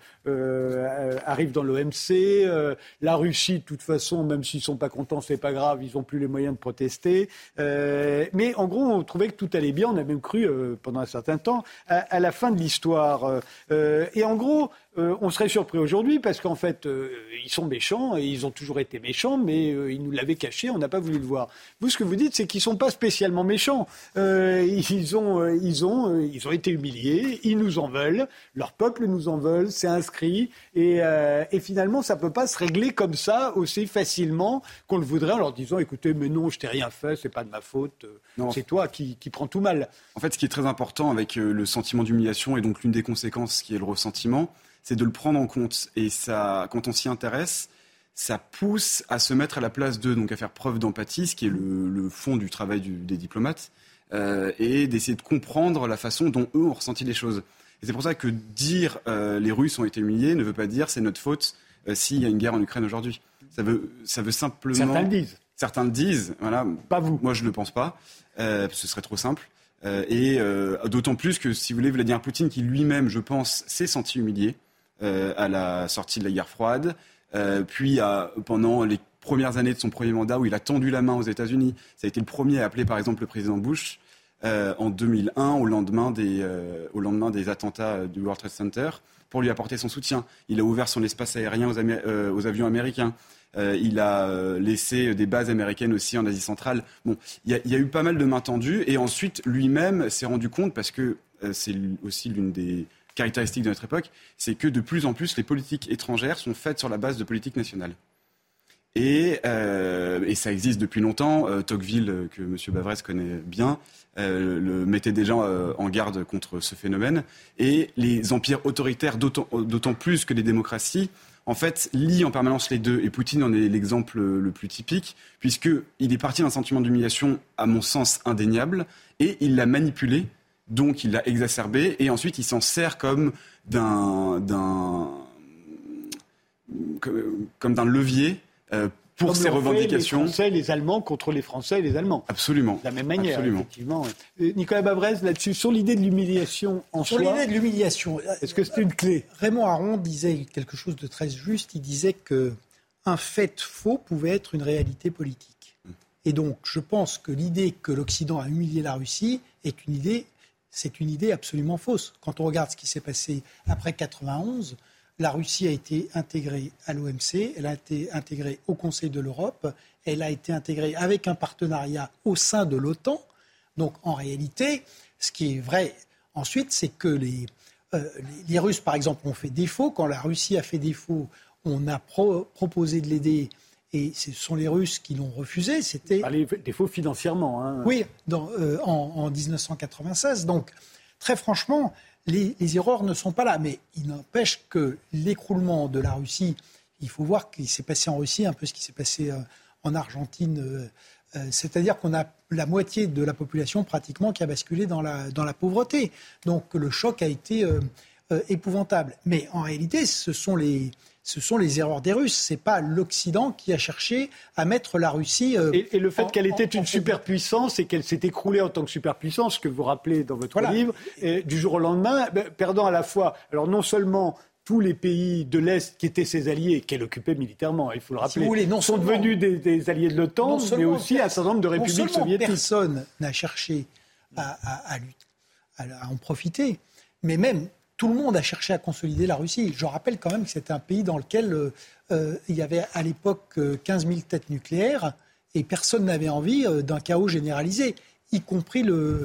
arrive dans l'OMC, la Russie, de toute façon, même s'ils ne sont pas contents, c'est pas grave, ils n'ont plus les moyens de protester. Mais en gros, on trouvait que tout allait bien, on a même cru pendant un certain temps à la fin de l'histoire. Et en gros, on serait surpris aujourd'hui parce qu'en fait, ils sont méchants et ils ont toujours été méchants, mais ils nous l'avaient caché, on n'a pas voulu le voir. Vous, ce que vous dites, c'est qu'ils ne sont pas spécialement méchants. Ils ont été humiliés, ils nous en veulent, leur peuple nous en veut, c'est inscrit, et finalement, ça ne peut pas se régler comme ça aussi facilement qu'on le voudrait en leur disant, écoutez, mais non, je t'ai rien fait, c'est pas de ma faute, c'est toi qui prends tout mal. En fait, ce qui est très important avec le sentiment d'humiliation, et donc l'une des conséquences qui est le ressentiment, c'est de le prendre en compte. Et ça, quand on s'y intéresse, ça pousse à se mettre à la place d'eux, donc à faire preuve d'empathie, ce qui est le fond du travail des diplomates, et d'essayer de comprendre la façon dont eux ont ressenti les choses. Et c'est pour ça que dire les Russes ont été humiliés ne veut pas dire c'est notre faute s'il y a une guerre en Ukraine aujourd'hui. Ça veut simplement... Certains le disent. Certains le disent, voilà. Pas vous. Moi, je ne le pense pas, ce serait trop simple. Et d'autant plus que, si vous voulez, Vladimir Poutine, qui lui-même, je pense, s'est senti humilié à la sortie de la guerre froide, puis pendant les premières années de son premier mandat où il a tendu la main aux États-Unis. Ça a été le premier à appeler, par exemple, le président Bush en 2001, au lendemain des attentats du World Trade Center, pour lui apporter son soutien. Il a ouvert son espace aérien aux avions américains. Il a laissé des bases américaines aussi en Asie centrale. Bon, il y a eu pas mal de mains tendues. Et ensuite, lui-même s'est rendu compte, parce que c'est aussi l'une des caractéristique de notre époque, c'est que de plus en plus, les politiques étrangères sont faites sur la base de politiques nationales. Et ça existe depuis longtemps. Tocqueville, que M. Bavrez connaît bien, le mettait déjà en garde contre ce phénomène. Et les empires autoritaires, d'autant plus que les démocraties, en fait, lient en permanence les deux. Et Poutine en est l'exemple le plus typique, puisqu'il est parti d'un sentiment d'humiliation, à mon sens, indéniable, et il l'a manipulé, donc il l'a exacerbé, et ensuite il s'en sert comme d'un levier pour comme ses revendications. Les Français et les Allemands contre les Français et les Allemands. Absolument. De la même manière, absolument. effectivement. Nicolas Bavrez, là-dessus, sur l'idée de l'humiliation en soi. Sur l'idée de l'humiliation. Est-ce que c'est une clé ? Raymond Aron disait quelque chose de très juste. Il disait qu'un fait faux pouvait être une réalité politique. Et donc, je pense que l'idée que l'Occident a humilié la Russie c'est une idée absolument fausse. Quand on regarde ce qui s'est passé après 1991, la Russie a été intégrée à l'OMC, elle a été intégrée au Conseil de l'Europe, elle a été intégrée avec un partenariat au sein de l'OTAN. Donc en réalité, ce qui est vrai ensuite, c'est que les Russes, par exemple, ont fait défaut. Quand la Russie a fait défaut, on a proposé de l'aider et ce sont les Russes qui l'ont refusé. C'était défaut financièrement. Hein. Oui, en 1996. Donc très franchement, les erreurs ne sont pas là, mais il n'empêche que l'écroulement de la Russie, il faut voir qu'il s'est passé en Russie un peu ce qui s'est passé en Argentine, c'est-à-dire qu'on a la moitié de la population pratiquement qui a basculé dans la pauvreté. Donc le choc a été épouvantable. Mais en réalité, ce sont les erreurs des Russes. C'est pas l'Occident qui a cherché à mettre la Russie. Et le fait qu'elle était une superpuissance et qu'elle s'est écroulée en tant que superpuissance, ce que vous rappelez dans votre livre, du jour au lendemain, perdant à la fois, alors non seulement tous les pays de l'Est qui étaient ses alliés, qu'elle occupait militairement, il faut le rappeler, sont devenus des alliés de l'OTAN, mais aussi un certain nombre de républiques soviétiques. Personne n'a cherché à en profiter, mais même tout le monde a cherché à consolider la Russie. Je rappelle quand même que c'était un pays dans lequel il y avait à l'époque 15 000 têtes nucléaires et personne n'avait envie d'un chaos généralisé, y compris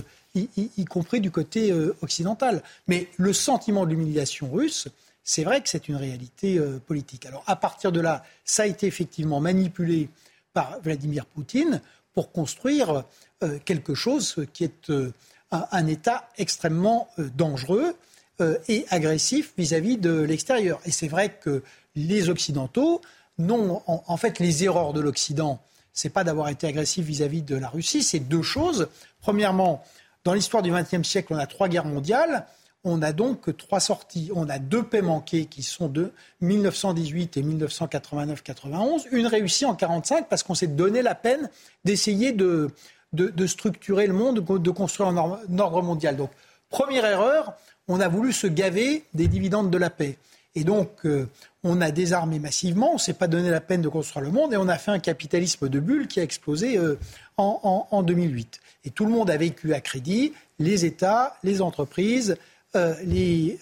du côté occidental. Mais le sentiment de l'humiliation russe, c'est vrai que c'est une réalité politique. Alors à partir de là, ça a été effectivement manipulé par Vladimir Poutine pour construire quelque chose qui est un État extrêmement dangereux et agressif vis-à-vis de l'extérieur. Et c'est vrai que les Occidentaux en fait, les erreurs de l'Occident, c'est pas d'avoir été agressif vis-à-vis de la Russie, c'est deux choses. Premièrement, dans l'histoire du XXe siècle, on a 3 guerres mondiales, on a donc 3 sorties. On a 2 paix manquées qui sont de 1918 et 1989-91, une réussie en 1945 parce qu'on s'est donné la peine d'essayer de structurer le monde, de construire un ordre mondial. Donc, première erreur, on a voulu se gaver des dividendes de la paix. Et donc, on a désarmé massivement, on ne s'est pas donné la peine de construire le monde et on a fait un capitalisme de bulle qui a explosé en 2008. Et tout le monde a vécu à crédit, les États, les entreprises, les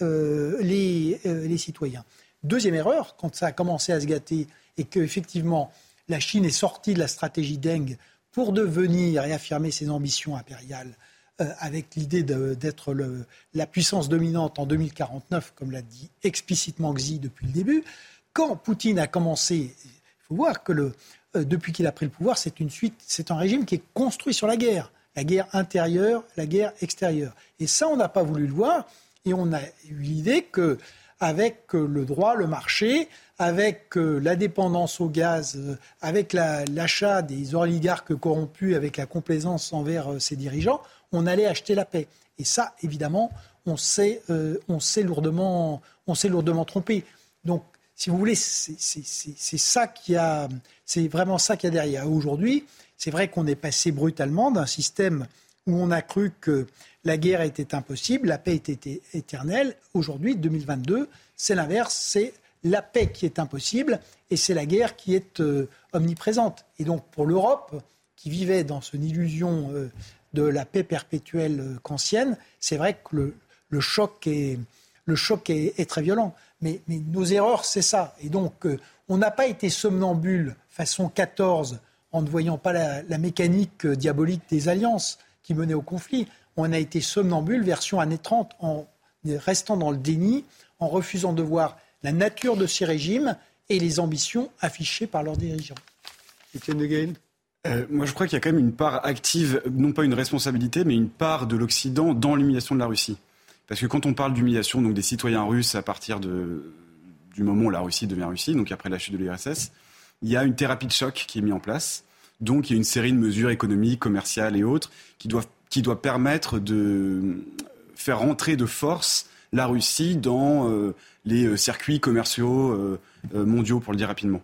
citoyens. Deuxième erreur, quand ça a commencé à se gâter et qu'effectivement la Chine est sortie de la stratégie Deng pour devenir et affirmer ses ambitions impériales, avec l'idée d'être la puissance dominante en 2049, comme l'a dit explicitement Xi depuis le début. Quand Poutine a commencé, il faut voir que depuis qu'il a pris le pouvoir, c'est un régime qui est construit sur la guerre intérieure, la guerre extérieure. Et ça, on n'a pas voulu le voir, et on a eu l'idée qu'avec le droit, le marché, avec la dépendance au gaz, avec l'achat des oligarques corrompus, avec la complaisance envers ses dirigeants, on allait acheter la paix. Et ça, évidemment, on s'est lourdement trompé. Donc, si vous voulez, c'est vraiment ça qu'il y a derrière. Aujourd'hui, c'est vrai qu'on est passé brutalement d'un système où on a cru que la guerre était impossible, la paix était éternelle. Aujourd'hui, 2022, c'est l'inverse, c'est la paix qui est impossible et c'est la guerre qui est omniprésente. Et donc, pour l'Europe, qui vivait dans une illusion de la paix perpétuelle kantienne, c'est vrai que le choc est très violent. Mais nos erreurs, c'est ça. Et donc, on n'a pas été somnambule façon 14 en ne voyant pas la mécanique diabolique des alliances qui menaient au conflit. On a été somnambule version années 30 en restant dans le déni, en refusant de voir la nature de ces régimes et les ambitions affichées par leurs dirigeants. Étienne de Gueil. Moi, je crois qu'il y a quand même une part active, non pas une responsabilité, mais une part de l'Occident dans l'humiliation de la Russie. Parce que quand on parle d'humiliation donc des citoyens russes à partir du moment où la Russie devient Russie, donc après la chute de l'URSS, il y a une thérapie de choc qui est mise en place. Donc il y a une série de mesures économiques, commerciales et autres qui doivent permettre de faire rentrer de force la Russie dans les circuits commerciaux mondiaux, pour le dire rapidement.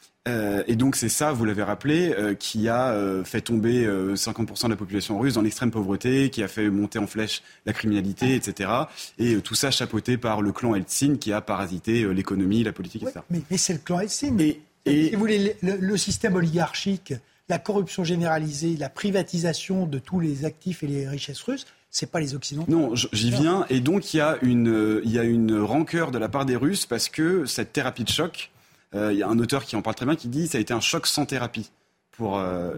Et donc c'est ça, vous l'avez rappelé, qui a fait tomber 50% de la population russe dans l'extrême pauvreté, qui a fait monter en flèche la criminalité, etc. Et tout ça chapeauté par le clan Eltsine qui a parasité l'économie, la politique, etc. Ouais, mais c'est le clan Eltsine. Si vous voulez, le système oligarchique, la corruption généralisée, la privatisation de tous les actifs et les richesses russes, c'est pas les Occidentaux. Non, j'y viens. Et donc il y a une rancœur de la part des Russes parce que cette thérapie de choc, il y a un auteur qui en parle très bien qui dit que ça a été un choc sans thérapie pour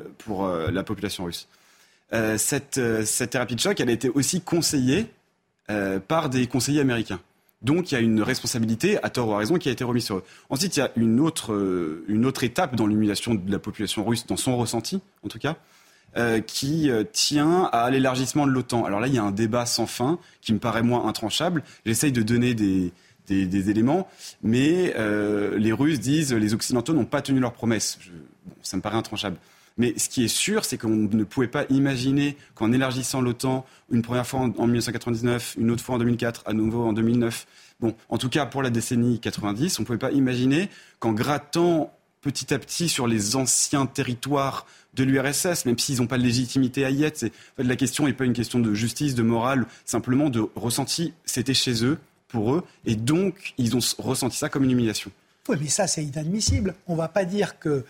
la population russe. Cette thérapie de choc, elle a été aussi conseillée par des conseillers américains. Donc il y a une responsabilité, à tort ou à raison, qui a été remise sur eux. Ensuite, il y a une autre étape dans l'humiliation de la population russe, dans son ressenti en tout cas, qui tient à l'élargissement de l'OTAN. Alors là, il y a un débat sans fin qui me paraît moins intranchable. J'essaye de donner des éléments, mais les Russes disent les Occidentaux n'ont pas tenu leurs promesses. Ça me paraît intranchable. Mais ce qui est sûr, c'est qu'on ne pouvait pas imaginer qu'en élargissant l'OTAN, une première fois en 1999, une autre fois en 2004, à nouveau en 2009, en tout cas pour la décennie 90, on ne pouvait pas imaginer qu'en grattant petit à petit sur les anciens territoires de l'URSS, même s'ils n'ont pas de légitimité à y être, la question n'est pas une question de justice, de morale, simplement de ressenti, c'était chez eux, pour eux, et donc ils ont ressenti ça comme une humiliation. Oui, mais ça, c'est inadmissible. On ne va pas dire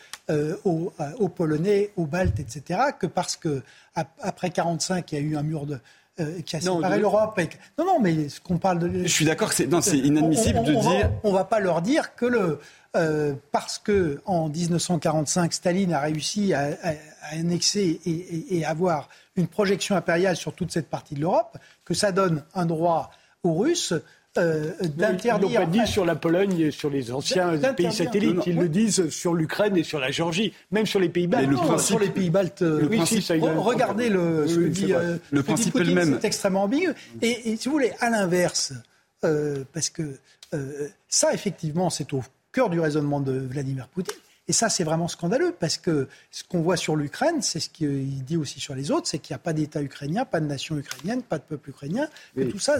aux Polonais, aux Baltes, etc., que parce qu'après 1945, il y a eu un mur qui a séparé l'Europe. Non, mais ce qu'on parle de... Je suis d'accord que c'est inadmissible de dire... On ne va pas leur dire que parce qu'en 1945, Staline a réussi à annexer et avoir une projection impériale sur toute cette partie de l'Europe, que ça donne un droit aux Russes... d'interdire. Ils n'ont pas dit sur la Pologne et sur les anciens pays satellites. Ils le disent sur l'Ukraine et sur la Géorgie, même sur les pays baltes. Sur les pays baltes, regardez ce que dit Poutine, c'est extrêmement ambigu. Et si vous voulez, à l'inverse, parce que ça, effectivement, c'est au cœur du raisonnement de Vladimir Poutine. Et ça, c'est vraiment scandaleux, parce que ce qu'on voit sur l'Ukraine, c'est ce qu'il dit aussi sur les autres, c'est qu'il n'y a pas d'État ukrainien, pas de nation ukrainienne, pas de peuple ukrainien. Et tout ça,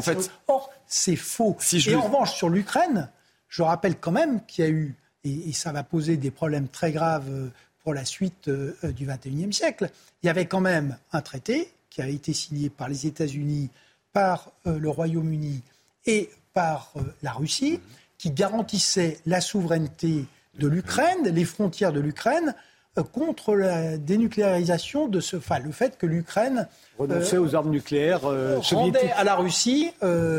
or, c'est faux. En revanche, sur l'Ukraine, je rappelle quand même qu'il y a eu, et ça va poser des problèmes très graves pour la suite du XXIe siècle, il y avait quand même un traité qui a été signé par les États-Unis, par le Royaume-Uni et par la Russie, qui garantissait la souveraineté de l'Ukraine, les frontières de l'Ukraine, contre la dénucléarisation le fait que l'Ukraine renonçait aux armes nucléaires soviétiques. Rendait à la Russie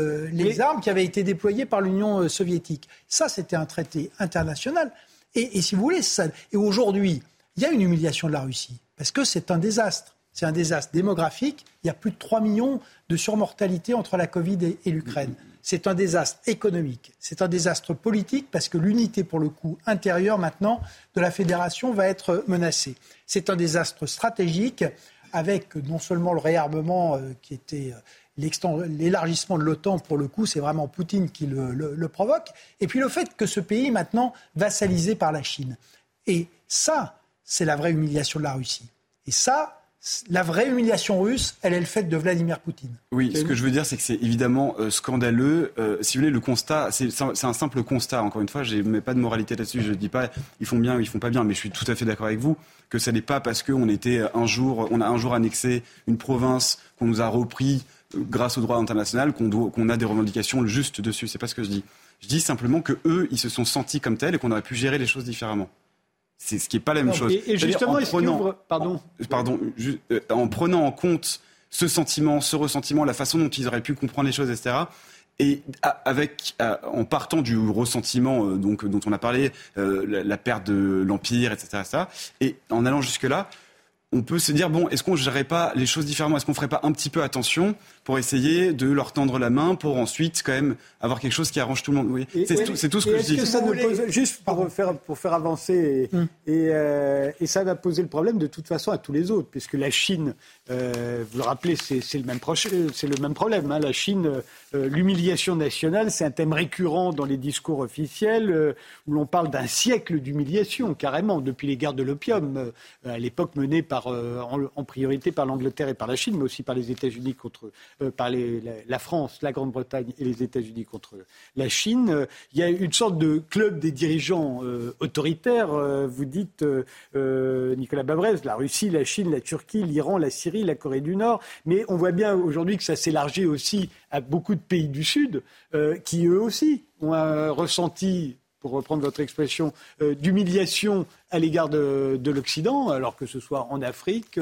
les armes qui avaient été déployées par l'Union soviétique. Ça, c'était un traité international. Et si vous voulez, et aujourd'hui, il y a une humiliation de la Russie, parce que c'est un désastre. C'est un désastre démographique. Il y a plus de 3 millions de surmortalité entre la Covid et l'Ukraine. C'est un désastre économique, c'est un désastre politique parce que l'unité, pour le coup, intérieure maintenant de la fédération va être menacée. C'est un désastre stratégique avec non seulement le réarmement qui était l'élargissement de l'OTAN, pour le coup, c'est vraiment Poutine qui le provoque, et puis le fait que ce pays maintenant vassalisé par la Chine. Et ça, c'est la vraie humiliation de la Russie. Et ça, la vraie humiliation russe, elle est le fait de Vladimir Poutine. Oui, ce que je veux dire, c'est que c'est évidemment scandaleux. Si vous voulez, le constat, c'est un simple constat. Encore une fois, je ne mets pas de moralité là-dessus. Je ne dis pas ils font bien ou ils font pas bien, mais je suis tout à fait d'accord avec vous que ça n'est pas parce qu'on a un jour annexé une province qu'on nous a repris grâce au droit international qu'on a des revendications justes dessus. C'est pas ce que je dis. Je dis simplement que eux, ils se sont sentis comme tels et qu'on aurait pu gérer les choses différemment. C'est ce qui n'est pas la même chose. Et justement, en prenant en compte ce sentiment, ce ressentiment, la façon dont ils auraient pu comprendre les choses, etc. Et en partant du ressentiment dont on a parlé, la perte de l'Empire, etc., et en allant jusque-là, on peut se dire, bon, est-ce qu'on ne gérerait pas les choses différemment ? Est-ce qu'on ne ferait pas un petit peu attention pour essayer de leur tendre la main, pour ensuite quand même avoir quelque chose qui arrange tout le monde ? Oui. C'est tout ce que je dis. Que ça pose, juste pour faire avancer, et ça va poser le problème de toute façon à tous les autres, puisque la Chine, vous le rappelez, c'est le même problème. Hein. La Chine, l'humiliation nationale, c'est un thème récurrent dans les discours officiels, où l'on parle d'un siècle d'humiliation, carrément, depuis les guerres de l'opium, à l'époque menées en priorité par l'Angleterre et par la Chine, mais aussi par les États-Unis par la France, la Grande-Bretagne et les États-Unis contre la Chine. Il y a une sorte de club des dirigeants autoritaires. Vous dites, Nicolas Bavrez, la Russie, la Chine, la Turquie, l'Iran, la Syrie, la Corée du Nord. Mais on voit bien aujourd'hui que ça s'élargit aussi à beaucoup de pays du Sud qui, eux aussi, ont ressenti, pour reprendre votre expression, d'humiliation à l'égard de l'Occident, alors que ce soit en Afrique,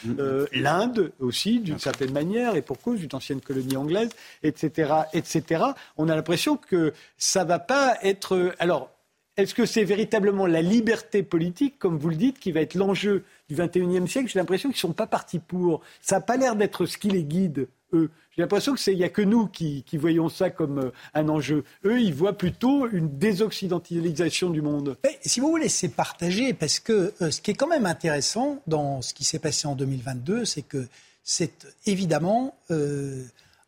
l'Inde aussi, d'une certaine manière, et pour cause d'une ancienne colonie anglaise, etc., etc. On a l'impression que ça ne va pas être... Alors, est-ce que c'est véritablement la liberté politique, comme vous le dites, qui va être l'enjeu du XXIe siècle ? J'ai l'impression qu'ils ne sont pas partis pour. Ça n'a pas l'air d'être ce qui les guide, eux. J'ai l'impression qu'il n'y a que nous qui voyons ça comme un enjeu. Eux, ils voient plutôt une désoccidentalisation du monde. Mais, si vous voulez, c'est partagé, parce que ce qui est quand même intéressant dans ce qui s'est passé en 2022, c'est que c'est évidemment une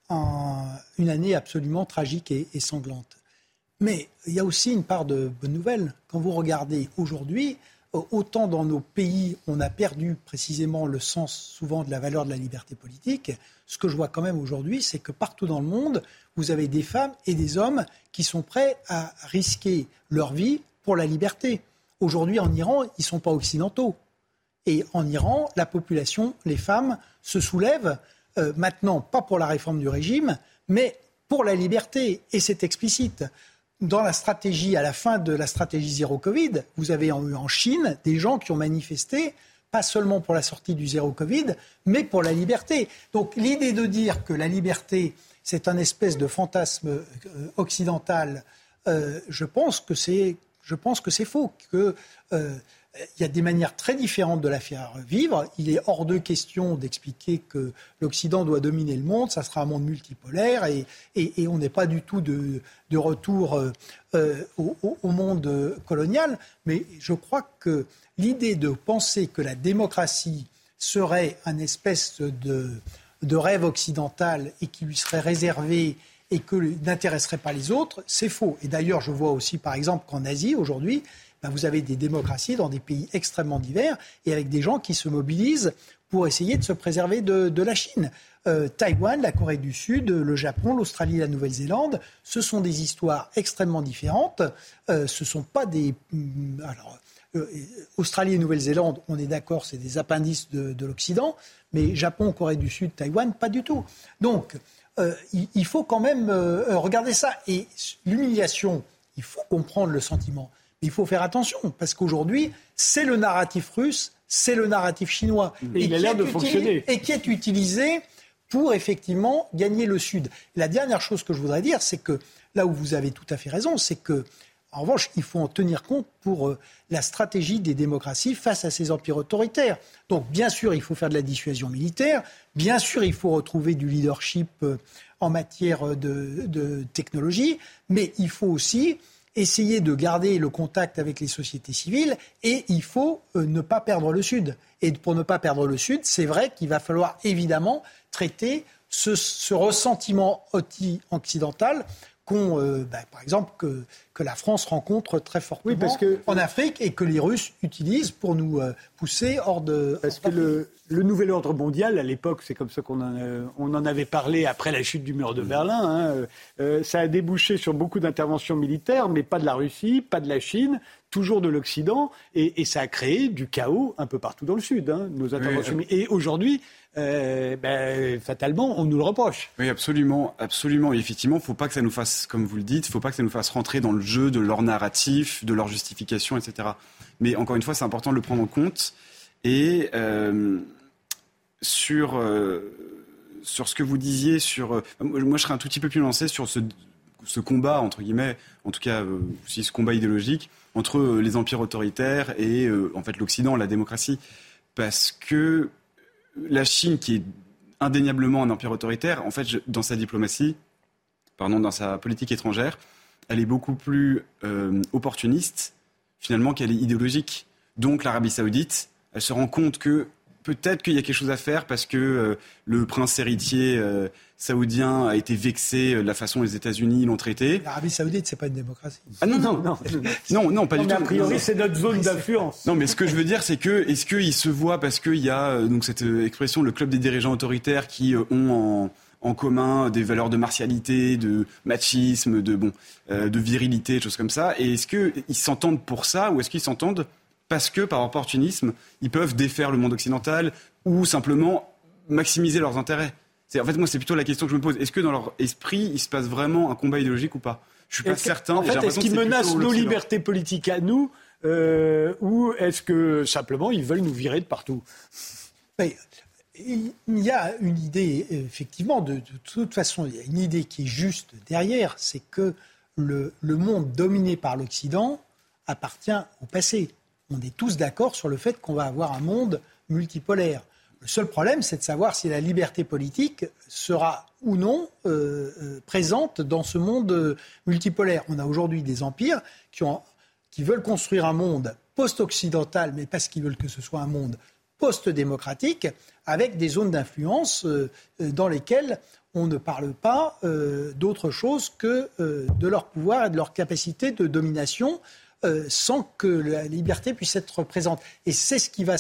année absolument tragique et sanglante. Mais il y a aussi une part de bonnes nouvelles. Quand vous regardez aujourd'hui, autant dans nos pays, on a perdu précisément le sens souvent de la valeur de la liberté politique. Ce que je vois quand même aujourd'hui, c'est que partout dans le monde, vous avez des femmes et des hommes qui sont prêts à risquer leur vie pour la liberté. Aujourd'hui, en Iran, ils ne sont pas occidentaux. Et en Iran, la population, les femmes, se soulèvent maintenant, pas pour la réforme du régime, mais pour la liberté. Et c'est explicite. Dans la stratégie, à la fin de la stratégie zéro Covid, vous avez eu en Chine des gens qui ont manifesté, pas seulement pour la sortie du zéro Covid, mais pour la liberté. Donc l'idée de dire que la liberté, c'est un espèce de fantasme occidental, je pense que c'est faux. Il y a des manières très différentes de la faire vivre. Il est hors de question d'expliquer que l'Occident doit dominer le monde. Ça sera un monde multipolaire et on n'est pas du tout de retour au monde colonial. Mais je crois que l'idée de penser que la démocratie serait un espèce de rêve occidental et qui lui serait réservé et que n'intéresserait pas les autres, c'est faux. Et d'ailleurs, je vois aussi, par exemple, qu'en Asie, aujourd'hui, vous avez des démocraties dans des pays extrêmement divers et avec des gens qui se mobilisent pour essayer de se préserver de la Chine. Taïwan, la Corée du Sud, le Japon, l'Australie, la Nouvelle-Zélande, ce sont des histoires extrêmement différentes. Ce sont pas des... Australie et Nouvelle-Zélande, on est d'accord, c'est des appendices de l'Occident, mais Japon, Corée du Sud, Taïwan, pas du tout. Donc, il faut quand même regarder ça. Et l'humiliation, il faut comprendre le sentiment. Mais il faut faire attention, parce qu'aujourd'hui, c'est le narratif russe, c'est le narratif chinois. Et il a l'air de fonctionner. Et qui est utilisé pour, effectivement, gagner le Sud. Et la dernière chose que je voudrais dire, c'est que, là où vous avez tout à fait raison, c'est que, en revanche, il faut en tenir compte pour la stratégie des démocraties face à ces empires autoritaires. Donc, bien sûr, il faut faire de la dissuasion militaire. Bien sûr, il faut retrouver du leadership en matière de technologie. Mais il faut aussi essayer de garder le contact avec les sociétés civiles et il faut ne pas perdre le Sud. Et pour ne pas perdre le Sud, c'est vrai qu'il va falloir évidemment traiter ce ressentiment occidental par exemple, que la France rencontre très fortement en Afrique et que les Russes utilisent pour nous pousser hors de... Parce que le nouvel ordre mondial, à l'époque, c'est comme ça qu'on en avait parlé après la chute du mur de Berlin, ça a débouché sur beaucoup d'interventions militaires, mais pas de la Russie, pas de la Chine, toujours de l'Occident, et ça a créé du chaos un peu partout dans le Sud, nos interventions militaires. Et aujourd'hui, fatalement, on nous le reproche. Oui, absolument, absolument. Et effectivement, il ne faut pas que ça nous fasse, comme vous le dites, il ne faut pas que ça nous fasse rentrer dans le jeu de leur narratif, de leur justification, etc. Mais encore une fois, c'est important de le prendre en compte. Et sur ce que vous disiez, moi je serais un tout petit peu plus lancé sur ce combat, entre guillemets, en tout cas aussi ce combat idéologique, entre les empires autoritaires et en fait l'Occident, la démocratie. parce que la Chine, qui est indéniablement un empire autoritaire, en fait, dans sa diplomatie, dans sa politique étrangère, elle est beaucoup plus opportuniste, finalement, qu'elle est idéologique. Donc l'Arabie Saoudite, elle se rend compte que peut-être qu'il y a quelque chose à faire parce que le prince héritier saoudien a été vexé de la façon dont les États-Unis l'ont traité. L'Arabie Saoudite, c'est pas une démocratie. Ah non, pas du tout. A priori, c'est notre zone d'influence. Non, mais ce que je veux dire, c'est que est-ce qu'il se voit parce qu'il y a donc cette expression, le club des dirigeants autoritaires qui ont en commun des valeurs de martialité, de machisme, de virilité, des choses comme ça. Et est-ce qu'ils s'entendent pour ça ou est-ce qu'ils s'entendent parce que, par opportunisme, ils peuvent défaire le monde occidental ou simplement maximiser leurs intérêts? En fait, moi, c'est plutôt la question que je me pose. Est-ce que dans leur esprit, il se passe vraiment un combat idéologique ou pas? Je suis pas certain. En fait, est-ce qu'ils menacent nos libertés politiques à nous ou est-ce que simplement ils veulent nous virer de partout? Mais, il y a une idée, effectivement, de toute façon, il y a une idée qui est juste derrière, c'est que le monde dominé par l'Occident appartient au passé. On est tous d'accord sur le fait qu'on va avoir un monde multipolaire. Le seul problème, c'est de savoir si la liberté politique sera ou non présente dans ce monde multipolaire. On a aujourd'hui des empires qui veulent construire un monde post-occidental, mais parce qu'ils veulent que ce soit un monde post-démocratique, avec des zones d'influence dans lesquelles on ne parle pas d'autre chose que de leur pouvoir et de leur capacité de domination sans que la liberté puisse être présente. Et c'est ce qui va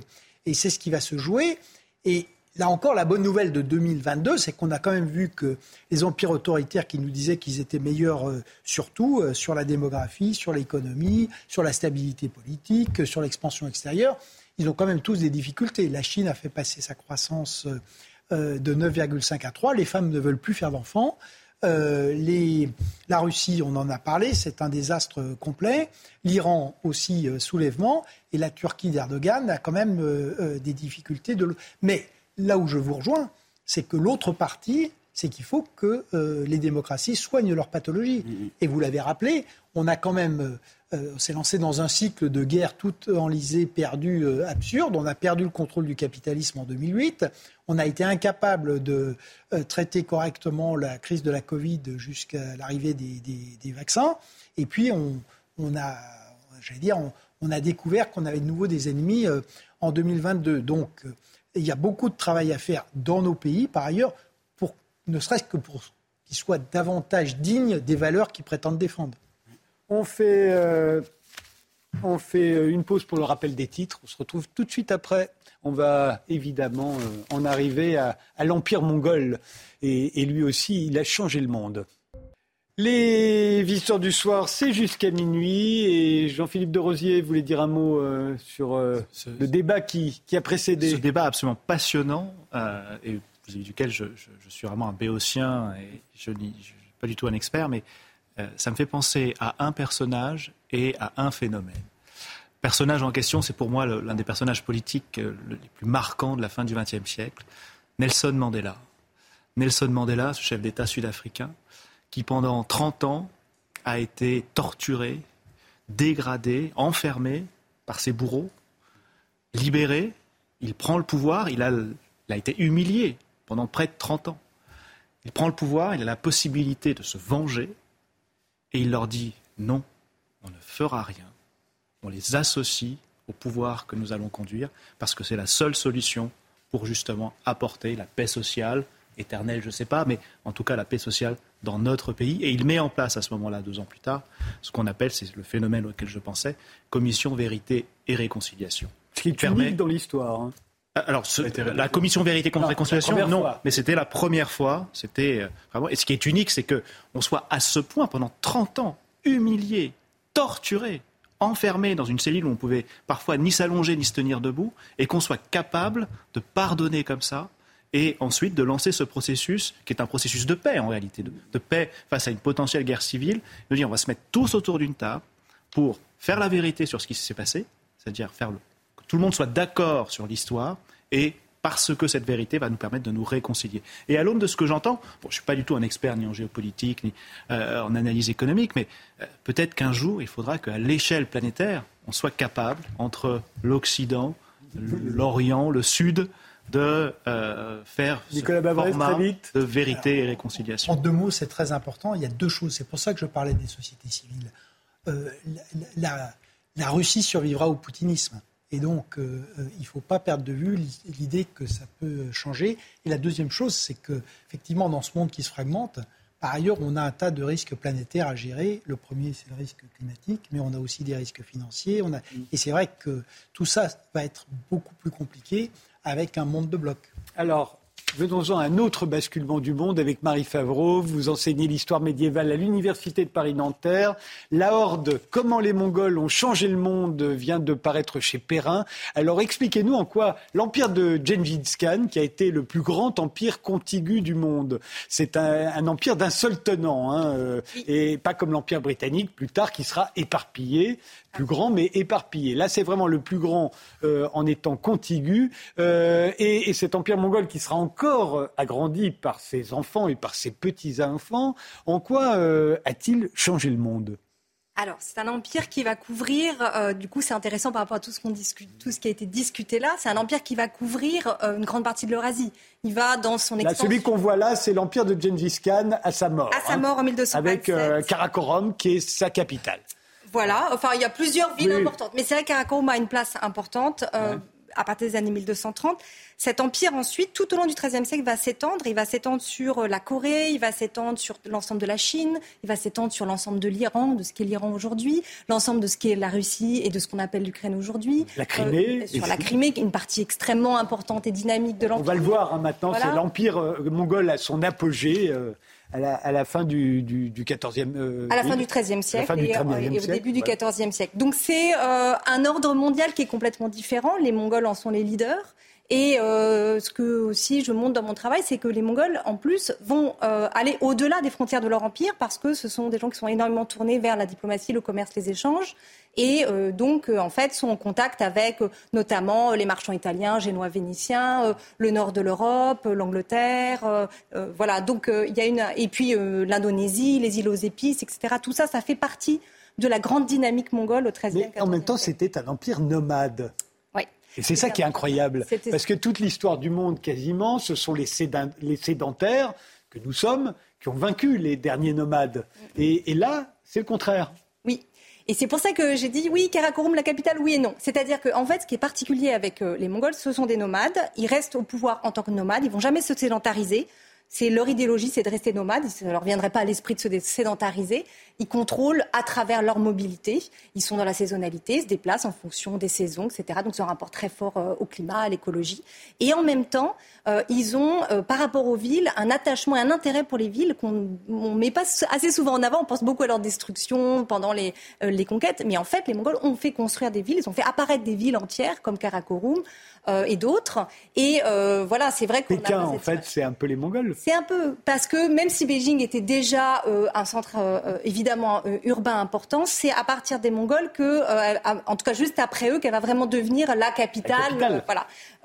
se jouer. Et là encore, la bonne nouvelle de 2022, c'est qu'on a quand même vu que les empires autoritaires qui nous disaient qu'ils étaient meilleurs surtout sur la démographie, sur l'économie, sur la stabilité politique, sur l'expansion extérieure, ils ont quand même tous des difficultés. La Chine a fait passer sa croissance de 9,5 à 3. Les femmes ne veulent plus faire d'enfants. La Russie, on en a parlé, c'est un désastre complet. L'Iran aussi, soulèvement. Et la Turquie d'Erdogan a quand même des difficultés. Mais là où je vous rejoins, c'est que l'autre partie, c'est qu'il faut que les démocraties soignent leur pathologie. Et vous l'avez rappelé, on a quand même... on s'est lancé dans un cycle de guerre toute enlisée, perdue, absurde. On a perdu le contrôle du capitalisme en 2008. On a été incapable de traiter correctement la crise de la Covid jusqu'à l'arrivée des vaccins. Et puis, on a découvert qu'on avait de nouveau des ennemis en 2022. Donc, il y a beaucoup de travail à faire dans nos pays, par ailleurs, ne serait-ce que pour qu'ils soient davantage dignes des valeurs qu'ils prétendent défendre. On fait une pause pour le rappel des titres. On se retrouve tout de suite après. On va évidemment en arriver à l'Empire mongol. Et lui aussi, il a changé le monde. Les visiteurs du soir, c'est jusqu'à minuit. Et Jean-Philippe de Rosier voulait dire un mot sur le débat qui a précédé. Ce débat absolument passionnant et duquel je suis vraiment un béotien et je ne suis pas du tout un expert, mais ça me fait penser à un personnage et à un phénomène. Le personnage en question, c'est pour moi l'un des personnages politiques les plus marquants de la fin du XXe siècle, Nelson Mandela. Nelson Mandela, ce chef d'État sud-africain, qui pendant 30 ans a été torturé, dégradé, enfermé par ses bourreaux, libéré, il prend le pouvoir, il a été humilié pendant près de 30 ans. Il prend le pouvoir, il a la possibilité de se venger, et il leur dit non, on ne fera rien. On les associe au pouvoir que nous allons conduire parce que c'est la seule solution pour justement apporter la paix sociale, éternelle, je ne sais pas, mais en tout cas la paix sociale dans notre pays. Et il met en place à ce moment-là, 2 ans plus tard, ce qu'on appelle, c'est le phénomène auquel je pensais, Commission Vérité et Réconciliation. Ce qui est unique dans l'histoire. Hein. Alors, la commission Vérité contre Réconciliation, non, mais c'était la première fois. C'était vraiment. Et ce qui est unique, c'est qu'on soit à ce point pendant 30 ans humilié, torturé, enfermé dans une cellule où on pouvait parfois ni s'allonger ni se tenir debout, et qu'on soit capable de pardonner comme ça, et ensuite de lancer ce processus qui est un processus de paix en réalité, de paix face à une potentielle guerre civile. De dire, on va se mettre tous autour d'une table pour faire la vérité sur ce qui s'est passé, c'est-à-dire que tout le monde soit d'accord sur l'histoire, et parce que cette vérité va nous permettre de nous réconcilier. Et à l'aune de ce que j'entends, je ne suis pas du tout un expert ni en géopolitique, ni en analyse économique, mais peut-être qu'un jour, il faudra qu'à l'échelle planétaire, on soit capable, entre l'Occident l'Orient, le Sud, de faire Nicolas Bavrez, format très vite. de vérité et réconciliation. En 2 mots, c'est très important. Il y a 2 choses. C'est pour ça que je parlais des sociétés civiles. La Russie survivra au poutinisme. Et donc, il ne faut pas perdre de vue l'idée que ça peut changer. Et la deuxième chose, c'est qu'effectivement, dans ce monde qui se fragmente, par ailleurs, on a un tas de risques planétaires à gérer. Le premier, c'est le risque climatique, mais on a aussi des risques financiers. Et c'est vrai que tout ça va être beaucoup plus compliqué avec un monde de blocs. Alors, venons-en à un autre basculement du monde avec Marie Favreau. Vous enseignez l'histoire médiévale à l'Université de Paris-Nanterre. La Horde, comment les Mongols ont changé le monde, vient de paraître chez Perrin. Alors expliquez-nous en quoi l'empire de Gengis Khan, qui a été le plus grand empire contigu du monde, c'est un empire d'un seul tenant, et pas comme l'empire britannique plus tard qui sera éparpillé. Plus grand, mais éparpillé. Là, c'est vraiment le plus grand en étant contigu. Et cet empire mongol qui sera encore agrandi par ses enfants et par ses petits-enfants, en quoi a-t-il changé le monde ? Alors, c'est un empire qui va couvrir, du coup c'est intéressant par rapport à tout ce qu'on discute, tout ce qui a été discuté là, c'est un empire qui va couvrir une grande partie de l'Eurasie. Il va dans son extension... Celui qu'on voit là, c'est l'empire de Gengis Khan à sa mort. À sa mort en 1227. Avec Karakorum, qui est sa capitale. Voilà, enfin il y a plusieurs villes importantes. Mais c'est vrai que Karakorum a une place importante à partir des années 1230. Cet empire ensuite, tout au long du XIIIe siècle, va s'étendre. Il va s'étendre sur la Corée, il va s'étendre sur l'ensemble de la Chine, il va s'étendre sur l'ensemble de l'Iran, de ce qu'est l'Iran aujourd'hui, l'ensemble de ce qu'est la Russie et de ce qu'on appelle l'Ukraine aujourd'hui. La Crimée. Sur la Crimée, une partie extrêmement importante et dynamique de l'empire. On va le voir maintenant, voilà. C'est l'empire mongol à son apogée. À la fin du XIVe à la fin du XIIIe siècle et au début du XIVe siècle. Donc c'est un ordre mondial qui est complètement différent. Les Mongols en sont les leaders. Et ce que aussi je montre dans mon travail, c'est que les Mongols, en plus, vont aller au-delà des frontières de leur empire parce que ce sont des gens qui sont énormément tournés vers la diplomatie, le commerce, les échanges. Et donc, en fait, sont en contact avec notamment les marchands italiens, génois, vénitiens, le nord de l'Europe, l'Angleterre. Voilà, donc il y a et puis l'Indonésie, les îles aux épices, etc. Tout ça, ça fait partie de la grande dynamique mongole au XIIIe siècle. Mais en même temps, c'était un empire nomade. Oui. Et c'est ça qui est incroyable. Parce que toute l'histoire du monde, quasiment, ce sont les sédentaires que nous sommes qui ont vaincu les derniers nomades. Et là, c'est le contraire. Oui. Et c'est pour ça que j'ai dit oui, Karakorum, la capitale, oui et non. C'est-à-dire qu'en fait, ce qui est particulier avec les Mongols, ce sont des nomades. Ils restent au pouvoir en tant que nomades. Ils ne vont jamais se sédentariser. Leur idéologie, c'est de rester nomades. Ça ne leur viendrait pas à l'esprit de se sédentariser. Ils contrôlent à travers leur mobilité. Ils sont dans la saisonnalité, ils se déplacent en fonction des saisons, etc. Donc, c'est un rapport très fort au climat, à l'écologie. Et en même temps, ils ont, par rapport aux villes, un attachement et un intérêt pour les villes qu'on ne met pas assez souvent en avant. On pense beaucoup à leur destruction pendant les conquêtes. Mais en fait, les Mongols ont fait construire des villes. Ils ont fait apparaître des villes entières, comme Karakorum et d'autres. Et voilà, c'est vrai qu'on Pékin, en fait, c'est un peu les Mongols. C'est un peu, parce que même si Beijing était déjà un centre évidemment urbain important, c'est à partir des Mongols que, en tout cas juste après eux, qu'elle va vraiment devenir la capitale. Voilà.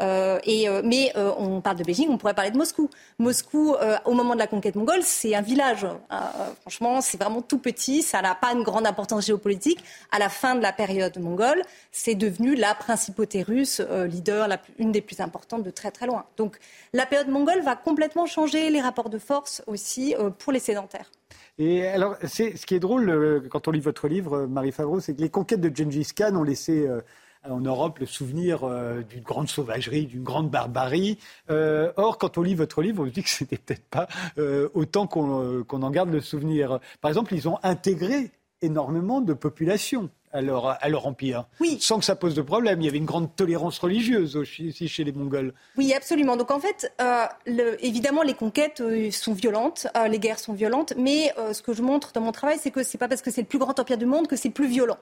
Mais on parle de Beijing, on pourrait parler de Moscou. Moscou, au moment de la conquête mongole, c'est un village. Franchement, c'est vraiment tout petit, ça n'a pas une grande importance géopolitique. À la fin de la période mongole, c'est devenu la principauté russe, leader, une des plus importantes de très très loin. Donc la période mongole va complètement changer les rapports de force aussi pour les sédentaires. Et alors, ce qui est drôle quand on lit votre livre, Marie Favreau, c'est que les conquêtes de Gengis Khan ont laissé en Europe le souvenir d'une grande sauvagerie, d'une grande barbarie. Or, quand on lit votre livre, on se dit que c'était peut-être pas autant qu'on en garde le souvenir. Par exemple, ils ont intégré énormément de population à leur empire, oui. Sans que ça pose de problème. Il y avait une grande tolérance religieuse aussi chez les Mongols. Oui, absolument. Donc en fait, évidemment, les conquêtes sont violentes, les guerres sont violentes, mais ce que je montre dans mon travail, c'est que c'est pas parce que c'est le plus grand empire du monde que c'est plus violent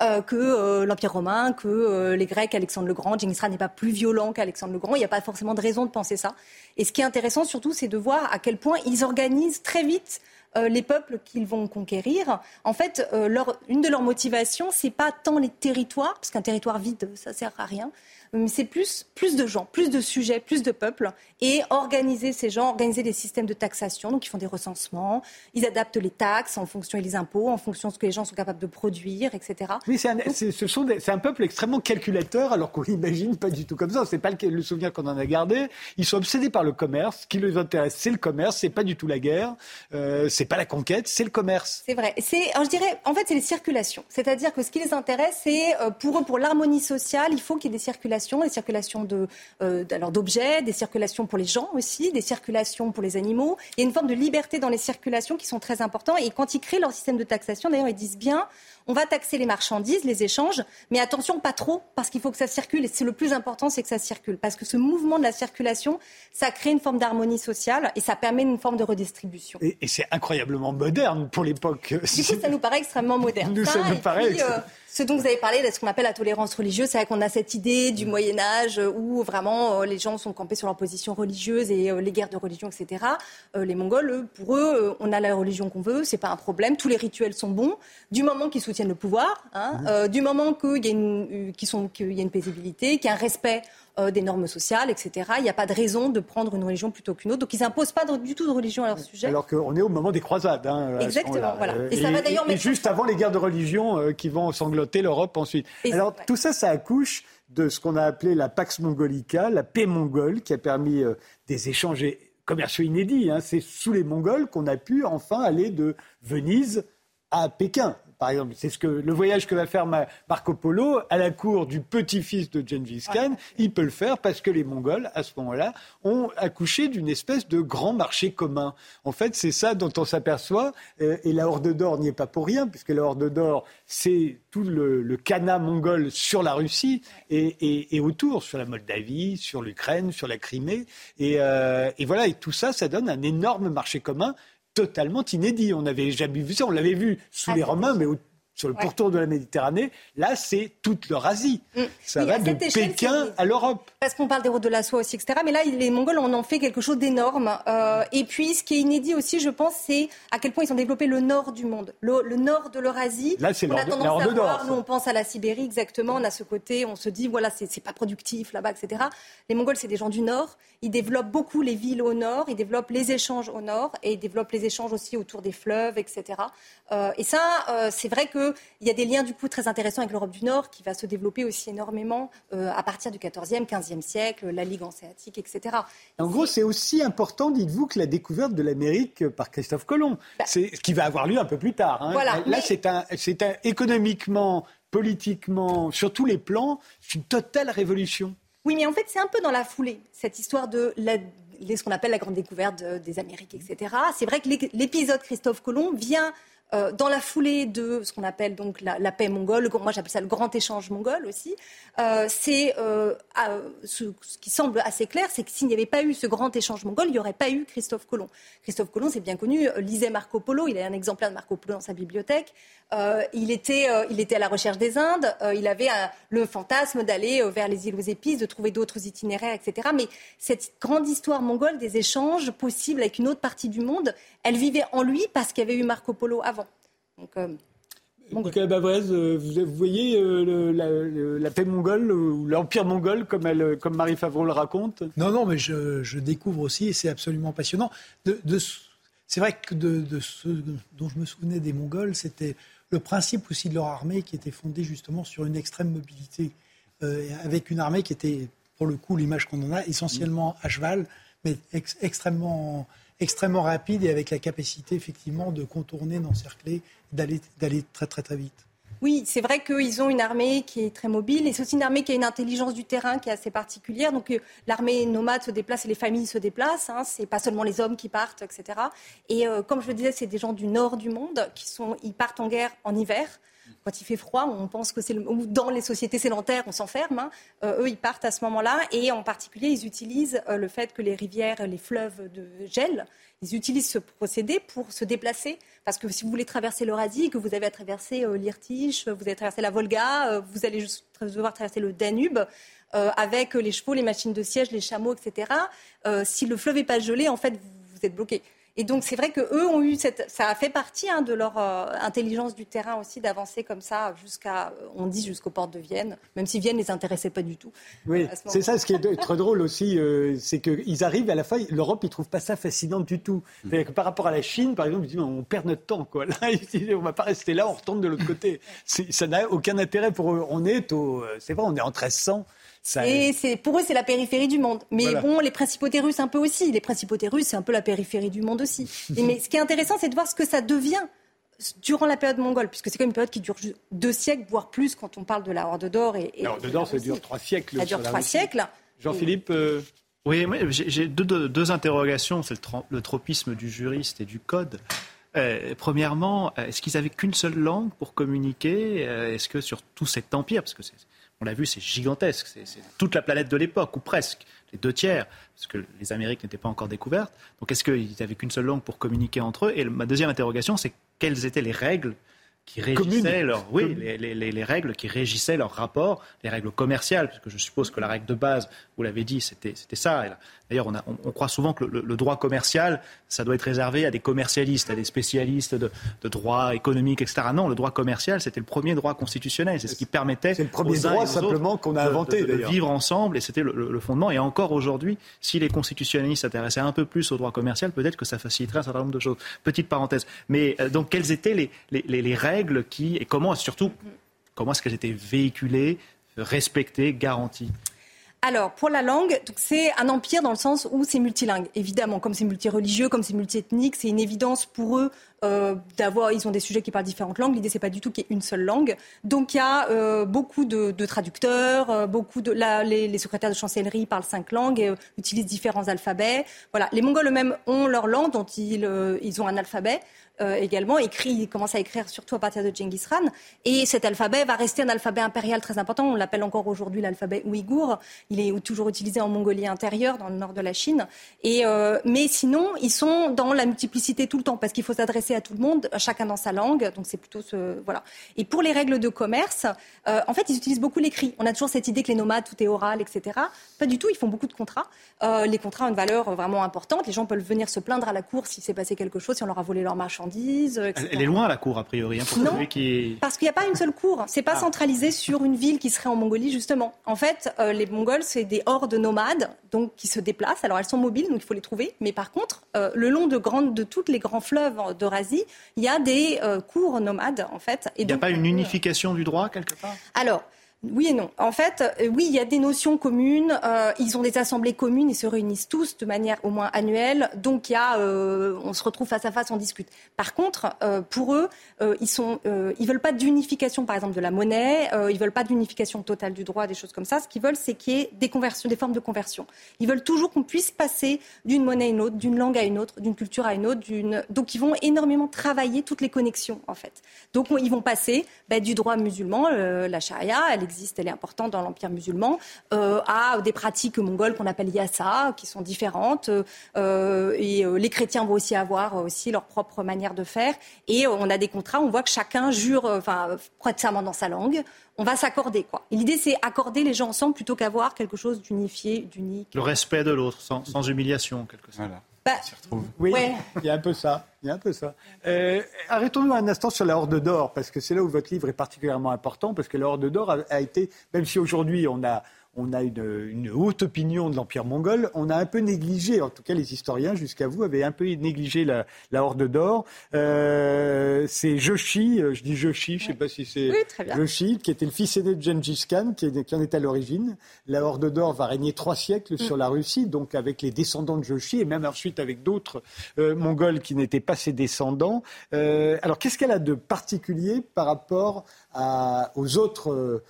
que l'Empire romain, que les Grecs, Alexandre le Grand. Gengis Khan n'est pas plus violent qu'Alexandre le Grand. Il n'y a pas forcément de raison de penser ça. Et ce qui est intéressant surtout, c'est de voir à quel point ils organisent très vite les peuples qu'ils vont conquérir. En fait, une de leurs motivations, c'est pas tant les territoires, parce qu'un territoire vide, ça sert à rien, mais c'est plus de gens, plus de sujets, plus de peuples, et organiser ces gens, organiser des systèmes de taxation. Donc ils font des recensements, ils adaptent les taxes en fonction et les impôts, en fonction de ce que les gens sont capables de produire, etc. Oui, c'est un peuple extrêmement calculateur, alors qu'on l'imagine pas du tout comme ça. C'est pas le souvenir qu'on en a gardé. Ils sont obsédés par le commerce. Ce qui les intéresse, c'est le commerce. C'est pas du tout la guerre. C'est pas la conquête, c'est le commerce. C'est vrai. Je dirais, en fait, c'est les circulations. C'est-à-dire que ce qui les intéresse, c'est pour eux, pour l'harmonie sociale, il faut qu'il y ait des circulations d'objets, des circulations pour les gens aussi, des circulations pour les animaux. Il y a une forme de liberté dans les circulations qui sont très importantes. Et quand ils créent leur système de taxation, d'ailleurs, ils disent bien, on va taxer les marchandises, les échanges, mais attention, pas trop, parce qu'il faut que ça circule. Et c'est le plus important, c'est que ça circule. Parce que ce mouvement de la circulation, ça crée une forme d'harmonie sociale et ça permet une forme de redistribution. Et c'est incroyablement moderne pour l'époque. Du coup, ça nous paraît extrêmement moderne. Ce dont vous avez parlé, de ce qu'on appelle la tolérance religieuse, c'est vrai qu'on a cette idée du Moyen-Âge où vraiment les gens sont campés sur leur position religieuse et les guerres de religion, etc. Les Mongols, pour eux, on a la religion qu'on veut, c'est pas un problème. Tous les rituels sont bons, du moment qu'ils soutiennent le pouvoir, du moment qu'il y a une paisibilité, qu'il y a un respect des normes sociales, etc. Il n'y a pas de raison de prendre une religion plutôt qu'une autre. Donc ils n'imposent pas du tout de religion à leur sujet. Alors qu'on est au moment des croisades. Exactement, voilà. Et ça va d'ailleurs juste avant les guerres de religion qui vont sangloter l'Europe ensuite. Alors tout ça accouche de ce qu'on a appelé la Pax Mongolica, la paix mongole, qui a permis des échanges commerciaux inédits. C'est sous les Mongols qu'on a pu enfin aller de Venise à Pékin. Par exemple, c'est le voyage que va faire Marco Polo à la cour du petit-fils de Gengis Khan. Il peut le faire parce que les Mongols, à ce moment-là, ont accouché d'une espèce de grand marché commun. En fait, c'est ça dont on s'aperçoit. Et la Horde d'Or n'y est pas pour rien, puisque la Horde d'Or, c'est tout le khanat mongol sur la Russie et autour, sur la Moldavie, sur l'Ukraine, sur la Crimée. Et voilà, et tout ça, ça donne un énorme marché commun totalement inédit. On n'avait jamais vu ça. On l'avait vu sous les Romains, mais sur le pourtour de la Méditerranée. Là, c'est toute l'Eurasie. Ça va de Pékin à l'Europe. Parce qu'on parle des routes de la soie aussi, etc. Mais là, les Mongols en ont fait quelque chose d'énorme. Et puis, ce qui est inédit aussi, je pense, c'est à quel point ils ont développé le nord du monde. Le nord de l'Eurasie. Là, c'est l'Horde d'Or. Nous, on pense à la Sibérie, exactement. On a ce côté, on se dit, voilà, c'est pas productif là-bas, etc. Les Mongols, c'est des gens du nord. Ils développent beaucoup les villes au nord. Ils développent les échanges au nord. Et ils développent les échanges aussi autour des fleuves, etc. Et ça, c'est vrai que il y a des liens du coup très intéressants avec l'Europe du Nord qui va se développer aussi énormément à partir du XIVe, XVe siècle, la Ligue hanséatique, etc. En gros, c'est aussi important, dites-vous, que la découverte de l'Amérique par Christophe Colomb. C'est ce qui va avoir lieu un peu plus tard. Voilà, là, c'est économiquement, politiquement, sur tous les plans, c'est une totale révolution. Oui, mais en fait, c'est un peu dans la foulée, cette histoire de ce qu'on appelle la grande découverte des Amériques, etc. C'est vrai que l'épisode Christophe Colomb vient dans la foulée de ce qu'on appelle donc la paix mongole, moi j'appelle ça le grand échange mongol aussi, ce qui semble assez clair, c'est que s'il n'y avait pas eu ce grand échange mongol, il n'y aurait pas eu Christophe Colomb. Christophe Colomb, c'est bien connu, lisait Marco Polo, il a un exemplaire de Marco Polo dans sa bibliothèque, il était à la recherche des Indes, il avait le fantasme d'aller vers les îles aux épices, de trouver d'autres itinéraires, etc. Mais cette grande histoire mongole des échanges possibles avec une autre partie du monde, elle vivait en lui parce qu'il y avait eu Marco Polo avant. Donc, Nicolas Bavrez, vous voyez la paix mongole ou l'empire mongol comme Marie Favreau le raconte ? Non, mais je découvre aussi et c'est absolument passionnant. C'est vrai que de ce dont je me souvenais des Mongols, c'était le principe aussi de leur armée qui était fondée justement sur une extrême mobilité, avec une armée qui était, pour le coup, l'image qu'on en a, essentiellement à cheval, mais extrêmement rapide et avec la capacité effectivement de contourner, d'encercler, d'aller très très très vite. Oui, c'est vrai qu'ils ont une armée qui est très mobile et c'est aussi une armée qui a une intelligence du terrain qui est assez particulière. Donc l'armée nomade se déplace et les familles se déplacent. C'est pas seulement les hommes qui partent, etc. Et comme je le disais, c'est des gens du nord du monde ils partent en guerre en hiver. Quand il fait froid, on pense que ou dans les sociétés sédentaires, on s'enferme. Eux, ils partent à ce moment-là. Et en particulier, ils utilisent le fait que les rivières, les fleuves gèlent. Ils utilisent ce procédé pour se déplacer. Parce que si vous voulez traverser l'Eurasie, que vous avez à traverser l'Irtych, vous avez traversé la Volga, vous allez devoir traverser le Danube, avec les chevaux, les machines de siège, les chameaux, etc. Si le fleuve n'est pas gelé, en fait, vous êtes bloqué. Et donc c'est vrai qu'eux ont eu ça a fait partie de leur intelligence du terrain aussi d'avancer comme ça jusqu'aux portes de Vienne, même si Vienne ne les intéressait pas du tout. Oui, c'est ça ce qui est très drôle aussi, c'est qu'ils arrivent à la fin, l'Europe, ils ne trouvent pas ça fascinant du tout. C'est-à-dire que par rapport à la Chine, par exemple, ils disent on perd notre temps, quoi. Là, ils disent on ne va pas rester là, on retourne de l'autre côté. Ça n'a aucun intérêt pour eux. C'est vrai, on est en 1300. Et pour eux, c'est la périphérie du monde. Mais voilà. bon, les principautés russes un peu aussi. Les principautés russes, c'est un peu la périphérie du monde aussi. Mais ce qui est intéressant, c'est de voir ce que ça devient durant la période mongole, puisque c'est quand même une période qui dure 2 siècles, voire plus, quand on parle de la Horde d'Or. La Horde d'Or, ça dure 3 siècles. Ça dure 3 siècles. Jean-Philippe Oui, j'ai deux interrogations. C'est le tropisme du juriste et du code. Premièrement, est-ce qu'ils n'avaient qu'une seule langue pour communiquer ? Est-ce que sur tout cet empire, parce que on l'a vu, c'est gigantesque, c'est toute la planète de l'époque, ou presque, les 2/3, parce que les Amériques n'étaient pas encore découvertes. Donc est-ce qu'ils n'avaient qu'une seule langue pour communiquer entre eux ? Et ma deuxième interrogation, c'est quelles étaient les règles qui régissaient les règles qui régissaient leur rapport, les règles commerciales, parce que je suppose que la règle de base, vous l'avez dit, c'était ça. Et là, d'ailleurs, on croit souvent que le droit commercial, ça doit être réservé à des commercialistes, à des spécialistes de droit économique, etc. Non, le droit commercial, c'était le premier droit constitutionnel. C'est ce qui permettait c'est le premier droit simplement qu'on a inventé, de vivre ensemble, et c'était le fondement. Et encore aujourd'hui, si les constitutionnalistes s'intéressaient un peu plus au droit commercial, peut-être que ça faciliterait un certain nombre de choses. Petite parenthèse. Mais donc, quelles étaient les règles et comment est-ce qu'elles étaient véhiculées, respectées, garanties ? Alors, pour la langue, donc c'est un empire dans le sens où c'est multilingue. Évidemment, comme c'est multireligieux, comme c'est multiethnique, c'est une évidence pour eux ils ont des sujets qui parlent différentes langues. L'idée, c'est pas du tout qu'il y ait une seule langue. Donc, il y a beaucoup de traducteurs, les secrétaires de chancellerie parlent 5 langues et utilisent différents alphabets. Voilà. Les Mongols eux-mêmes ont leur langue, dont ils ont un alphabet. Également ils commencent à écrire surtout à partir de Genghis Khan, et cet alphabet va rester un alphabet impérial très important. On l'appelle encore aujourd'hui l'alphabet ouïghour. Il est toujours utilisé en Mongolie intérieure, dans le nord de la Chine. Mais sinon, ils sont dans la multiplicité tout le temps, parce qu'il faut s'adresser à tout le monde, chacun dans sa langue. Donc c'est plutôt voilà. Et pour les règles de commerce, en fait, ils utilisent beaucoup l'écrit. On a toujours cette idée que les nomades, tout est oral, etc. Pas du tout. Ils font beaucoup de contrats. Les contrats ont une valeur vraiment importante. Les gens peuvent venir se plaindre à la cour s'il s'est passé quelque chose, si on leur a volé leurs marchandises. Elle est loin, la cour, a priori, pour non, celui qui... parce qu'il n'y a pas une seule cour. C'est pas centralisé sur une ville qui serait en Mongolie, justement. En fait, les Mongols, c'est des hordes nomades, donc qui se déplacent. Alors, elles sont mobiles, donc il faut les trouver. Mais par contre, le long de tous les grands fleuves d'Eurasie, il y a des cours nomades, en fait. Il n'y a pas une unification du droit, quelque part ? Alors, oui et non. En fait, oui, il y a des notions communes. Ils ont des assemblées communes. Ils se réunissent tous de manière au moins annuelle. Donc, on se retrouve face à face, on discute. Par contre, pour eux, ils veulent pas d'unification, par exemple, de la monnaie. Ils veulent pas d'unification totale du droit, des choses comme ça. Ce qu'ils veulent, c'est qu'il y ait des conversions, des formes de conversion. Ils veulent toujours qu'on puisse passer d'une monnaie à une autre, d'une langue à une autre, d'une culture à une autre. Donc, ils vont énormément travailler toutes les connexions, en fait. Donc, ils vont passer du droit musulman, la charia, elle est importante dans l'Empire musulman, à des pratiques mongoles qu'on appelle yassa, qui sont différentes. Les chrétiens vont aussi avoir aussi leur propre manière de faire. Et on a des contrats, on voit que chacun prête serment dans sa langue. On va s'accorder, quoi. Et l'idée, c'est accorder les gens ensemble plutôt qu'avoir quelque chose d'unifié, d'unique. Le respect de l'autre, sans humiliation, en quelque sorte. Voilà. Oui, ouais. il y a un peu ça. Arrêtons-nous un instant sur la Horde d'Or, parce que c'est là où votre livre est particulièrement important, parce que la Horde d'Or a été, même si aujourd'hui on a une haute opinion de l'Empire mongol, on a un peu négligé, en tout cas les historiens jusqu'à vous avaient un peu négligé la Horde d'Or. C'est Joshi, je dis Joshi, je ne sais pas si c'est Joshi, qui était le fils aîné de Genghis Khan, qui en est à l'origine. La Horde d'Or va régner 3 siècles sur la Russie, donc avec les descendants de Joshi, et même ensuite avec d'autres Mongols qui n'étaient pas ses descendants. Alors qu'est-ce qu'elle a de particulier par rapport aux autres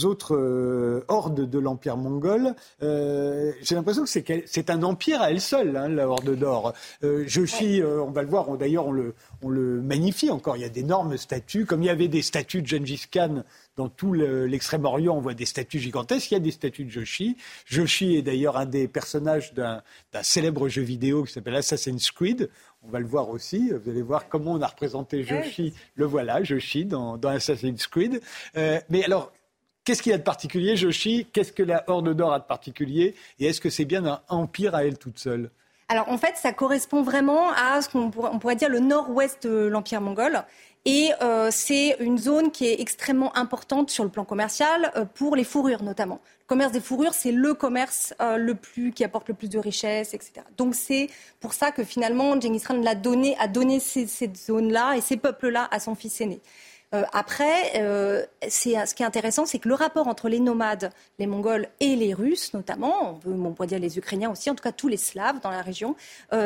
hordes de l'Empire mongol? J'ai l'impression que c'est un empire à elle seule, la Horde d'Or. Joshi, on va le voir, d'ailleurs on le magnifie encore. Il y a d'énormes statues, comme il y avait des statues de Genghis Khan dans tout l'Extrême-Orient, on voit des statues gigantesques. Il y a des statues de Joshi. Joshi est d'ailleurs un des personnages d'un célèbre jeu vidéo qui s'appelle Assassin's Creed. On va le voir aussi. Vous allez voir comment on a représenté Joshi. Le voilà, Joshi, dans Assassin's Creed. Mais alors, qu'est-ce qu'il y a de particulier, Joshi ? Qu'est-ce que la Horde d'Or a de particulier ? Et est-ce que c'est bien un empire à elle toute seule ? Alors en fait, ça correspond vraiment à ce qu'on pourrait dire le nord-ouest de l'Empire mongol. Et c'est une zone qui est extrêmement importante sur le plan commercial pour les fourrures notamment. Le commerce des fourrures, c'est le commerce qui apporte le plus de richesses, etc. Donc c'est pour ça que finalement, Gengis Khan a donné cette zone-là et ces peuples-là à son fils aîné. Après, ce qui est intéressant, c'est que le rapport entre les nomades, les Mongols et les Russes, notamment, on pourrait dire les Ukrainiens aussi, en tout cas tous les Slaves dans la région,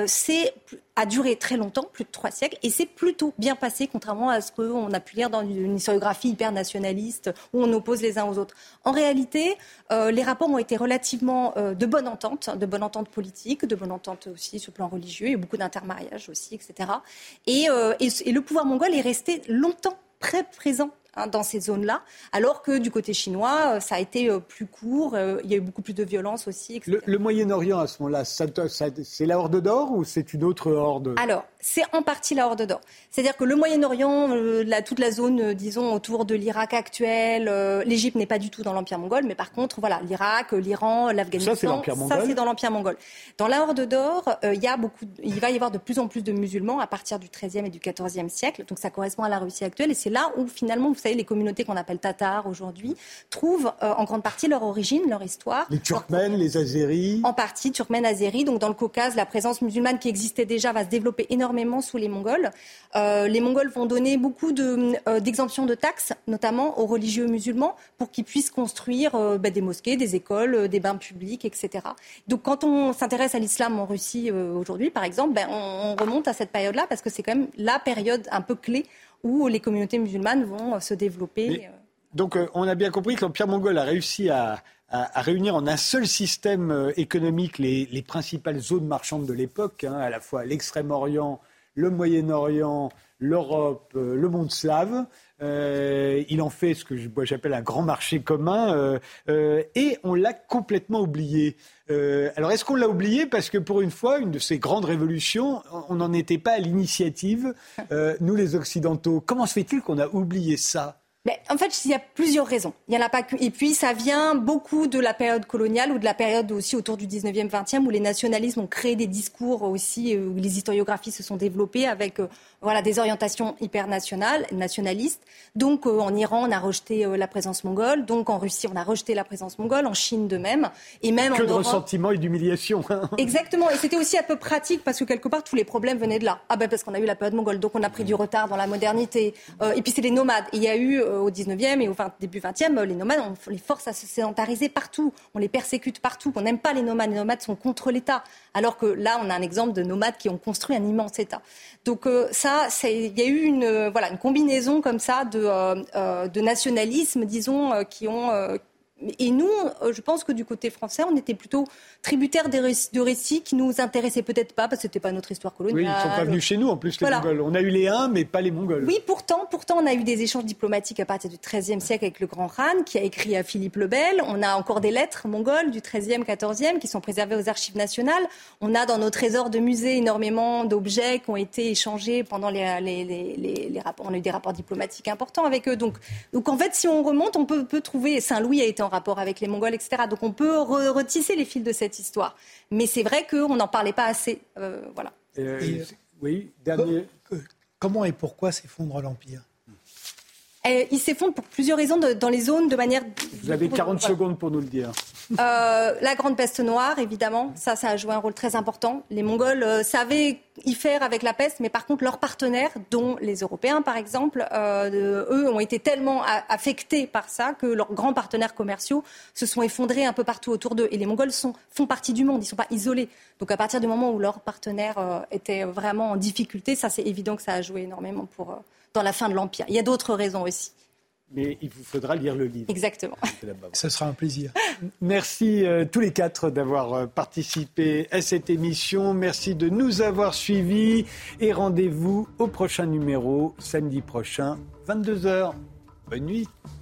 a duré très longtemps, plus de 3 siècles, et c'est plutôt bien passé, contrairement à ce qu'on a pu lire dans une historiographie hyper nationaliste, où on oppose les uns aux autres. En réalité, les rapports ont été relativement de bonne entente politique, de bonne entente aussi sur le plan religieux, il y a eu beaucoup d'intermariages aussi, etc. Et le pouvoir mongol est resté longtemps très présent dans ces zones-là, alors que du côté chinois, ça a été plus court, il y a eu beaucoup plus de violence aussi, etc. Le Moyen-Orient, à ce moment-là, c'est la Horde d'Or ou c'est une autre horde ? Alors, c'est en partie la Horde d'Or. C'est-à-dire que le Moyen-Orient, toute la zone, disons, autour de l'Irak actuel, l'Égypte n'est pas du tout dans l'Empire mongol, mais par contre, voilà, l'Irak, l'Iran, l'Afghanistan, ça, c'est l'Empire mongol. Ça, c'est dans l'Empire mongol. Dans la Horde d'Or, il va y avoir de plus en plus de musulmans à partir du XIIIe et du XIVe siècle, donc ça correspond à la Russie actuelle, et c'est là où finalement, vous savez, les communautés qu'on appelle tatars aujourd'hui trouvent en grande partie leur origine, leur histoire. Les Turkmènes, les Azéris. En partie, Turkmènes, Azéris. Donc dans le Caucase, la présence musulmane qui existait déjà va se développer énormément sous les Mongols. Les Mongols vont donner beaucoup d'exemptions de taxes, notamment aux religieux musulmans, pour qu'ils puissent construire des mosquées, des écoles, des bains publics, etc. Donc quand on s'intéresse à l'islam en Russie aujourd'hui, par exemple, on remonte à cette période-là parce que c'est quand même la période un peu clé où les communautés musulmanes vont se développer. Donc on a bien compris que l'Empire mongol a réussi à réunir en un seul système économique les principales zones marchandes de l'époque, à la fois l'Extrême-Orient, le Moyen-Orient, l'Europe, le monde slave. Il en fait ce que j'appelle un grand marché commun et on l'a complètement oublié. Alors est-ce qu'on l'a oublié parce que pour une fois, une de ces grandes révolutions, on n'en était pas à l'initiative, nous les Occidentaux. Comment se fait-il qu'on a oublié ça ? Mais en fait, il y a plusieurs raisons. Il y en a pas que. Et puis, ça vient beaucoup de la période coloniale ou de la période aussi autour du 19e, 20e, où les nationalismes ont créé des discours aussi, où les historiographies se sont développées avec des orientations hyper nationalistes. Donc, en Iran, on a rejeté la présence mongole. Donc, en Russie, on a rejeté la présence mongole. En Chine, de même. Et même que en de Europe. ressentiment et d'humiliation. Exactement. Et c'était aussi un peu pratique parce que quelque part, tous les problèmes venaient de là. Parce qu'on a eu la période mongole. Donc, on a pris du retard dans la modernité. Et puis, c'est les nomades. Et il y a eu au 19e et au début 20e, les nomades, on les force à se sédentariser partout. On les persécute partout. On n'aime pas les nomades. Les nomades sont contre l'État. Alors que là, on a un exemple de nomades qui ont construit un immense État. Donc il y a eu une combinaison comme ça de nationalisme, disons, qui ont... Et nous, je pense que du côté français, on était plutôt tributaires de récits qui nous intéressaient peut-être pas, parce que c'était pas notre histoire coloniale. Oui, ils sont pas venus chez nous, en plus, les Mongols. On a eu les Huns, mais pas les Mongols. Oui, pourtant, on a eu des échanges diplomatiques à partir du XIIIe siècle avec le grand Khan, qui a écrit à Philippe le Bel. On a encore des lettres mongoles du XIIIe, XIVe, qui sont préservées aux archives nationales. On a dans nos trésors de musées énormément d'objets qui ont été échangés pendant les rapports. On a eu des rapports diplomatiques importants avec eux. Donc en fait, si on remonte, on peut trouver... Saint-Louis a été en rapport avec les Mongols, etc. Donc on peut retisser les fils de cette histoire. Mais c'est vrai qu'on n'en parlait pas assez. Voilà. Oui, dernier... Comment et pourquoi s'effondre l'Empire ? Il s'effondre pour plusieurs raisons dans les zones de manière... Vous avez 40 secondes pour nous le dire. La grande peste noire, évidemment, ça a joué un rôle très important. Les Mongols savaient y faire avec la peste, mais par contre, leurs partenaires, dont les Européens, par exemple, eux ont été tellement affectés par ça que leurs grands partenaires commerciaux se sont effondrés un peu partout autour d'eux. Et les Mongols font partie du monde, ils ne sont pas isolés. Donc à partir du moment où leurs partenaires étaient vraiment en difficulté, ça c'est évident que ça a joué énormément dans la fin de l'Empire. Il y a d'autres raisons aussi. Mais il vous faudra lire le livre. Exactement. Ce sera un plaisir. Merci tous les quatre d'avoir participé à cette émission. Merci de nous avoir suivis. Et rendez-vous au prochain numéro, samedi prochain, 22h. Bonne nuit.